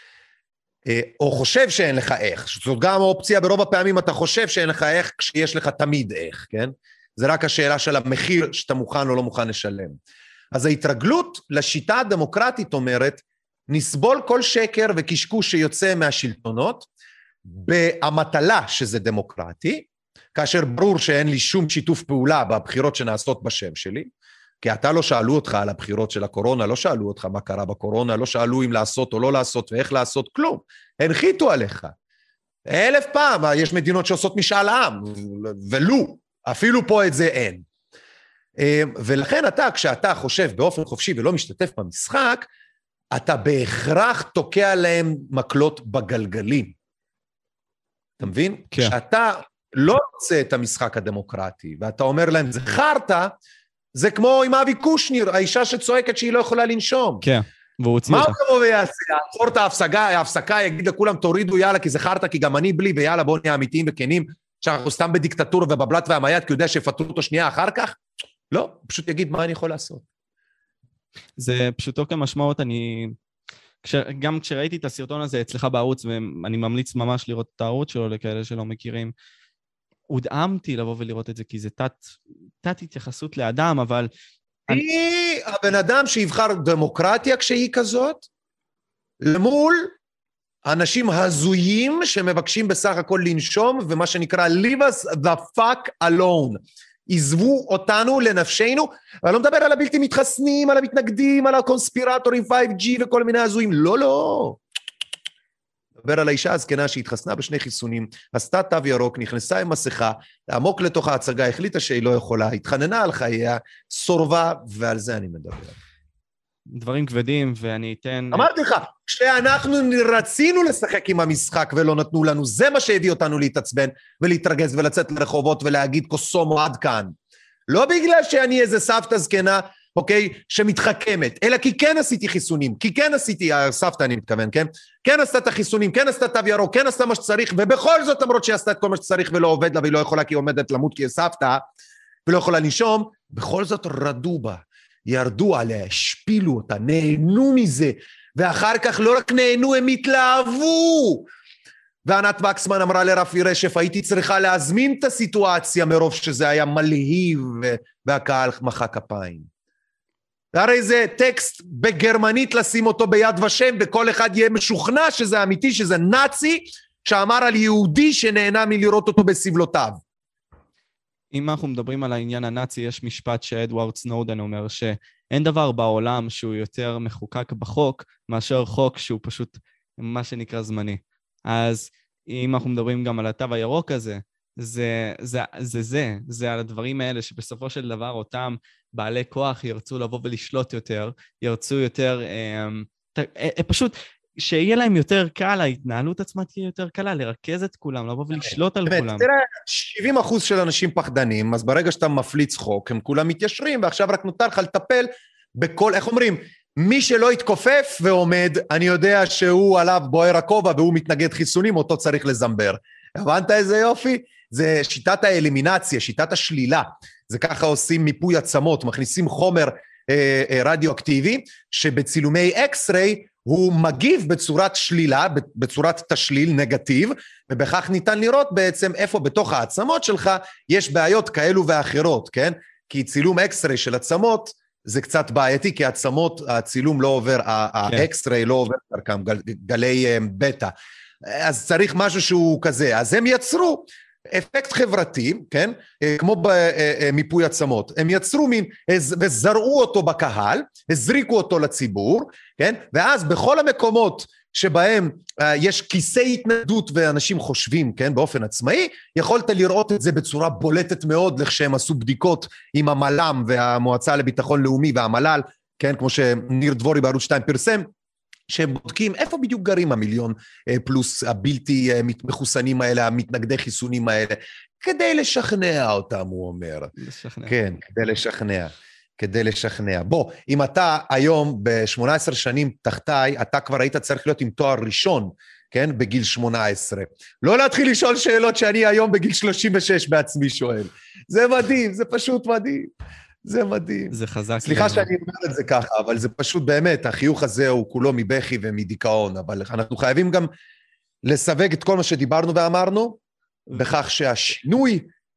או חושב שאין לך איך. זאת גם האופציה, ברוב הפעמים אתה חושב שאין לך איך, כשיש לך תמיד איך, כן? זה רק השאלה של המחיר שאתה מוכן או לא מוכן לשלם. אז ההתרגלות לשיטה הדמוקרטית אומרת, נסבול כל שקר וקשקוש שיוצא מהשלטונות, במטלה שזה דמוקרטי, כאשר ברור שאין לי שום שיתוף פעולה בבחירות שנעשות בשם שלי, כי אתה לא שאלו אותך על הבחירות של הקורונה, לא שאלו אותך מה קרה בקורונה, לא שאלו אם לעשות או לא לעשות ואיך לעשות, כלום. הנחיתו עליך. אלף פעם, יש מדינות שעושות משאל עם, ולו, אפילו פה את זה אין. ולכן אתה, כשאתה חושב באופן חופשי ולא משתתף במשחק, אתה בהכרח תוקע להם מקלות בגלגלים. אתה מבין? כן. כשאתה לא רוצה את המשחק הדמוקרטי, ואתה אומר להם, זה חרטה, זה כמו עם אבי קושניר, האישה שצועקת שהיא לא יכולה לנשום. כן, והוא הוציא מה אותה. הוא יבוא ויעשה? יעצור את ההפסקה, ההפסקה יגיד לכולם, תורידו יאללה, כי זה חרטה, כי גם אני בלי, ויאללה, בוא נהיה אמיתיים וכנים, שאנחנו סתם בדיקטטורה ובבלט והמייד, כי הוא יודע שיפטרו אותו שנייה אחר כך? לא, פשוט יגיד מה אני יכול לעשות. זה פשוטו כמשמעות, אני... כש... גם כשראיתי את הסרטון הזה אצלך בערוץ, ואני ממליץ ממש לראות את הערוץ שלו לכאלה שלא מכירים, הודעמתי לבוא ולראות את זה, כי זה תת, תת התייחסות לאדם, אבל... היא הבן אדם שיבחר דמוקרטיה כשהיא כזאת, למול אנשים הזויים שמבקשים בסך הכל לנשום, ומה שנקרא, leave us the fuck alone. עזבו אותנו לנפשנו, ואני לא מדבר על הבלתי מתחסנים, על המתנגדים, על הקונספירטורים פייב ג'י וכל מיני הזויים, לא, לא. מדבר על האישה הזקנה שהתחסנה בשני חיסונים, עשתה תו ירוק, נכנסה עם מסכה, עמוק לתוך ההצגה, החליטה שהיא לא יכולה, התחננה על חייה, סורבה, ועל זה אני מדבר. דברים כבדים, ואני אתן... אמרתי לך, כשאנחנו רצינו לשחק עם המשחק ולא נתנו לנו, זה מה שהביא אותנו להתעצבן ולהתרגז ולצאת לרחובות ולהגיד קוסומו עד כאן. לא בגלל שאני איזה סבתא זקנה, אוקיי, שמתחכמת, אלא כי כן עשיתי חיסונים, כי כן עשיתי, סבתא אני מתכוון, כן? כן עשתה את החיסונים, כן עשתה תו ירוק, כן עשתה מה שצריך, ובכל זאת למרות שהיא עשתה את כל מה שצריך ולא עובד לה, והיא לא יכולה כי היא עומדת למות כי היא סבתא, ולא יכולה לנשום, בכל זאת רדו בה. ירדו עליה, השפילו אותה, נהנו מזה, ואחר כך לא רק נהנו, הם התלהבו. וענת וקסמן אמרה לרפי רשף, הייתי צריכה להזמין את הסיטואציה מרוב שזה היה מלהיב, והקהל מחא כפיים. והרי זה טקסט בגרמנית לשים אותו ביד ושם, וכל אחד יהיה משוכנע שזה אמיתי, שזה נאצי, שאמר על יהודי שנהנה מלראות אותו בסבלותיו. אם אנחנו מדברים על העניין הנאצי, יש משפט שאדוארד סנודן אומר שאין דבר בעולם שהוא יותר מחוקק בחוק, מאשר חוק שהוא פשוט מה שנקרא זמני. אז אם אנחנו מדברים גם על התו הירוק הזה, זה זה, זה, זה, זה על הדברים האלה שבסופו של דבר אותם בעלי כוח ירצו לבוא ולשלוט יותר, ירצו יותר, אה, אה, פשוט... שיהיה להם יותר קל, ההתנהלות עצמה תהיה יותר קלה, לרכז את כולם, לבוא ולשלוט על כולם. תראה, שבעים אחוז של אנשים פחדנים, אז ברגע שאתה מפליץ חוק, הם כולם מתיישרים, ועכשיו רק נותר לך לטפל בכל, איך אומרים, מי שלא יתכופף ועומד, אני יודע שהוא עליו בוער הכובע, והוא מתנגד חיסונים, אותו צריך לזמבר. הבנת איזה יופי? זה שיטת האלימינציה, שיטת השלילה. זה ככה עושים מיפוי עצמות, מכניסים חומר אה, אה, רדיואקטיבי, שבצילומי אקס-ריי, הוא מגיב בצורת שלילה, בצורת תשליל, נגטיב, ובכך ניתן לראות בעצם איפה בתוך העצמות שלך יש בעיות כאלו ואחרות, כן? כי צילום אקס-ריי של עצמות זה קצת בעייתי, כי העצמות, הצילום לא עובר, האקס-ריי לא עובר דרכם, גל, גלי בטא. אז צריך משהו שהוא כזה. אז הם יצרו אפקט חברתי, כן? כמו במיפוי עצמות. הם יצרו מין, וזרעו אותו בקהל, הזריקו אותו לציבור, כן? ואז בכל המקומות שבהם יש כיסי התנגדות ואנשים חושבים, כן? באופן עצמאי, יכולת לראות את זה בצורה בולטת מאוד, לכשהם עשו בדיקות עם המל"ם והמועצה לביטחון לאומי והמל"ל, כן? כמו שניר דבורי בערוץ שתיים פרסם, שהם בודקים איפה בדיוק גרים המיליון פלוס הבלתי מחוסנים האלה, המתנגדי חיסונים האלה, כדי לשכנע אותם, הוא אומר. לשכנע. כן, כדי לשכנע, כדי לשכנע. בוא, אם אתה היום ב-שמונה עשרה שנים תחתיי, אתה כבר היית צריך להיות עם תואר ראשון, כן, בגיל שמונה עשרה. לא להתחיל לשאול שאלות שאני היום בגיל שלושים ושש בעצמי שואל. זה מדהים, זה פשוט מדהים. זה מדהים. זה חזק. סליחה שאני אומר את זה ככה, אבל זה פשוט באמת, החיוך הזה הוא כולו מבכי ומדיכאון, אבל אנחנו חייבים גם לסווג את כל מה שדיברנו ואמרנו, בכך שהשינוי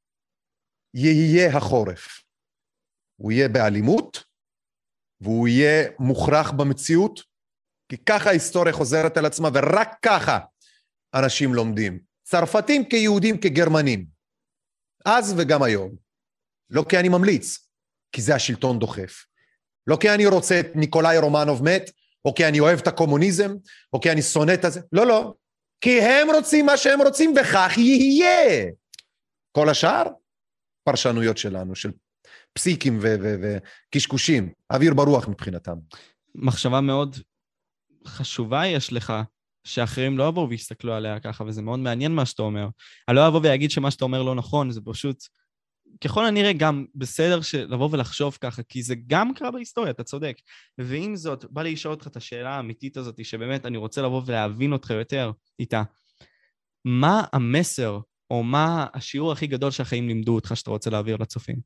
יהיה החורף. הוא יהיה באלימות, והוא יהיה מוכרח במציאות, כי ככה ההיסטוריה חוזרת על עצמה, ורק ככה אנשים לומדים. צרפתים כיהודים כגרמנים. אז וגם היום. לא כי אני ממליץ. כי זה השלטון דוחף. לא כי אני רוצה את ניקולאי רומנוב מת, או כי אני אוהב את הקומוניזם, או כי אני שונא את הזה. לא, לא. כי הם רוצים מה שהם רוצים, וכך יהיה. כל השאר, פרשנויות שלנו, של פסיקים וקשקושים, אוויר ברוח מבחינתם. מחשבה מאוד חשובה יש לך, שאחרים לא יבואו ויסתכלו עליה ככה, וזה מאוד מעניין מה שאתה אומר. אני לא אבוא ויגיד שמה שאתה אומר לא נכון, זה פשוט... ככל הנראה גם בסדר לבוא ולחשוב ככה, כי זה גם קרה בהיסטוריה, אתה צודק. ועם זאת, בא לי לשאול אותך את השאלה האמיתית הזאת, שבאמת אני רוצה לבוא ולהבין אותך יותר איתה. מה המסר, או מה השיעור הכי גדול שהחיים לימדו אותך, שאתה רוצה להעביר לצופים?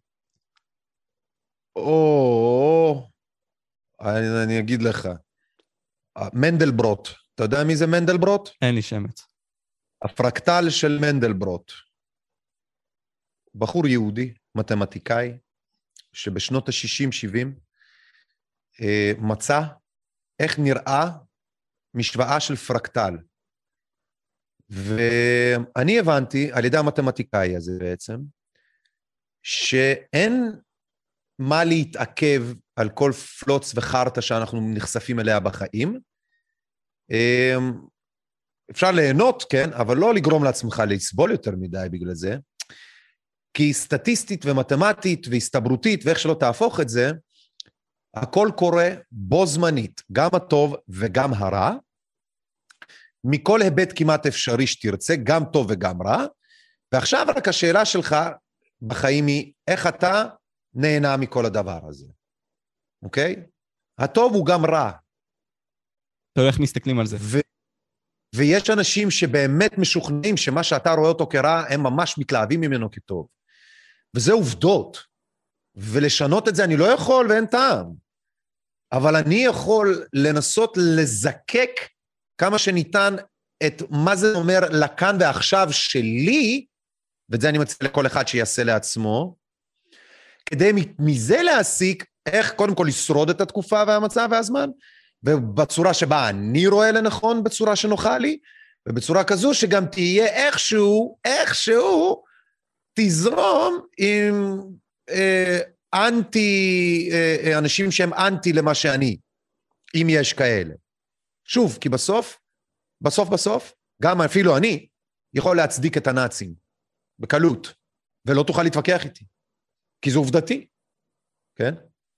או, אני, אני אגיד לך. מנדלברוט, אתה יודע מי זה מנדלברוט? אין לי שמץ. הפרקטל של מנדלברוט. בחור יהודי, מתמטיקאי, שבשנות ה-שישים שבעים מצא איך נראה משוואה של פרקטל. ואני הבנתי, על ידי המתמטיקאי הזה בעצם, שאין מה להתעכב על כל פלוץ וחרטה שאנחנו נחשפים אליה בחיים. אפשר ליהנות, כן, אבל לא לגרום לעצמך לסבול יותר מדי בגלל זה, כי סטטיסטית ומתמטית והסתברותית, ואיך שלא תהפוך את זה, הכל קורה בו זמנית, גם הטוב וגם הרע, מכל היבט כמעט אפשרי שתרצה, גם טוב וגם רע, ועכשיו רק השאלה שלך בחיים היא, איך אתה נהנה מכל הדבר הזה, אוקיי? הטוב הוא גם רע. תראה איך מסתכלים על זה. ו... ויש אנשים שבאמת משוכנעים שמה שאתה רואה אותו כרע, הם ממש מתלהבים ממנו כטוב. וזה עובדות. ולשנות את זה אני לא יכול ואין טעם. אבל אני יכול לנסות לזקק כמה שניתן את מה זה אומר לכאן ועכשיו שלי, ואת זה אני מציע לכל אחד שיעשה לעצמו, כדי מזה להסיק איך קודם כל לשרוד את התקופה והמצב והזמן, ובצורה שבה אני רואה לנכון, בצורה שנוחה לי, ובצורה כזו שגם תהיה איכשהו, איכשהו, תזרום עם אה, אנטי, אה, אנשים שהם אנטי למה שאני, אם יש כאלה. שוב, כי בסוף, בסוף בסוף, גם אפילו אני, יכול להצדיק את הנאצים, בקלות, ולא תוכל להתווכח איתי, כי זה עובדתי, כן?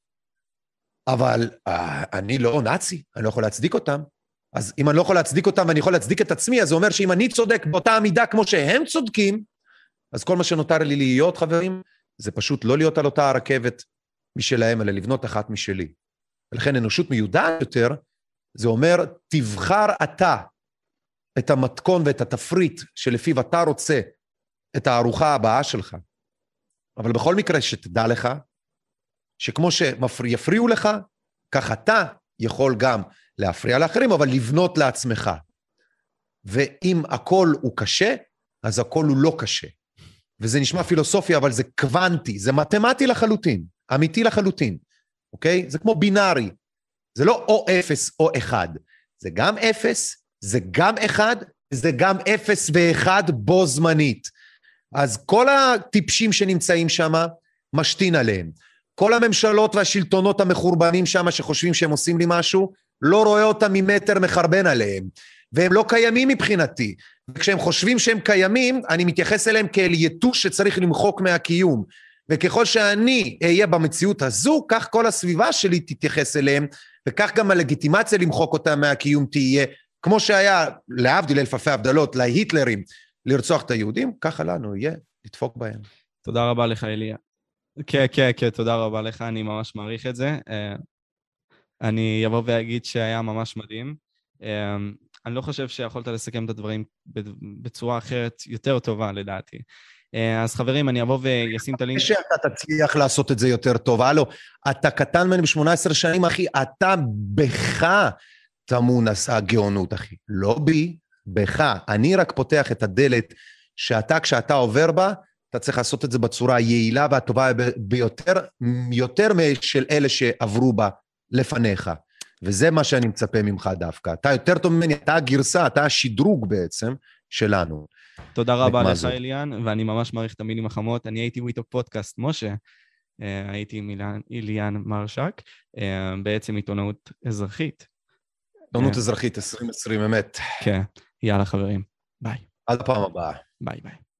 אבל אה, אני לא נאצי, אני לא יכול להצדיק אותם, אז אם אני לא יכול להצדיק אותם ואני יכול להצדיק את עצמי, אז זה אומר שאם אני צודק באותה עמידה כמו שהם צודקים, אז כל מה שנותר לי להיות, חברים, זה פשוט לא להיות על אותה הרכבת משלהם, אלא לבנות אחת משלי. ולכן אנושות מיודעת יותר, זה אומר, תבחר אתה את המתכון ואת התפריט שלפיו אתה רוצה את הארוחה הבאה שלך. אבל בכל מקרה שתדע לך, שכמו שיפריעו לך, כך אתה יכול גם להפריע לאחרים, אבל לבנות לעצמך. ואם הכל הוא קשה, אז הכל הוא לא קשה. וזה נשמע פילוסופיה, אבל זה קוונטי, זה מתמטי לחלוטין, אמיתי לחלוטין, אוקיי? זה כמו בינארי, זה לא או אפס או אחד, זה גם אפס, זה גם אחד, זה גם אפס ואחד בו זמנית. אז כל הטיפשים שנמצאים שם, משתין עליהם. כל הממשלות והשלטונות המחורבנים שם, שחושבים שהם עושים לי משהו, לא רואה אותם ממטר מחרבן עליהם, והם לא קיימים מבחינתי. וכשהם חושבים שהם קיימים, אני מתייחס אליהם כאל יתוש שצריך למחוק מהקיום. וככל שאני אהיה במציאות הזו, כך כל הסביבה שלי תתייחס אליהם, וכך גם הלגיטימציה למחוק אותם מהקיום תהיה, כמו שהיה להבדיל אלפי הבדלות, להיטלרים, לרצוח את היהודים, ככה לנו יהיה לדפוק בהם. תודה רבה לך, אליה. כן, כן, כן, תודה רבה לך, אני ממש מעריך את זה. אני אבוא ואגיד שהיה ממש מדהים. אני לא חושב שיכולת לסכם את הדברים בצורה אחרת יותר טובה, לדעתי. אז חברים, אני אבוא וישים את הלינק. שאתה תצליח לעשות את זה יותר טוב. הלו, אתה קטן ממני ב-שמונה עשרה שנים, אחי, אתה בך תמון הגאונות, אחי. לא בי, בך. אני רק פותח את הדלת שאתה, כשאתה עובר בה, אתה צריך לעשות את זה בצורה היעילה והטובה ביותר, יותר משל אלה שעברו בה לפניך. וזה מה שאני מצפה ממך דווקא. אתה יותר טוב ממני, אתה הגרסה, אתה השדרוג בעצם שלנו. תודה רבה לך, אליאן, ואני ממש מעריך את המילים החמות. אני הייתי וויטוק פודקאסט, משה, הייתי עם אליאן מרשק, בעצם עיתונאות אזרחית. עיתונאות אזרחית עשרים עשרים, אמת. כן, יאללה חברים, ביי. עד הפעם הבאה. ביי ביי.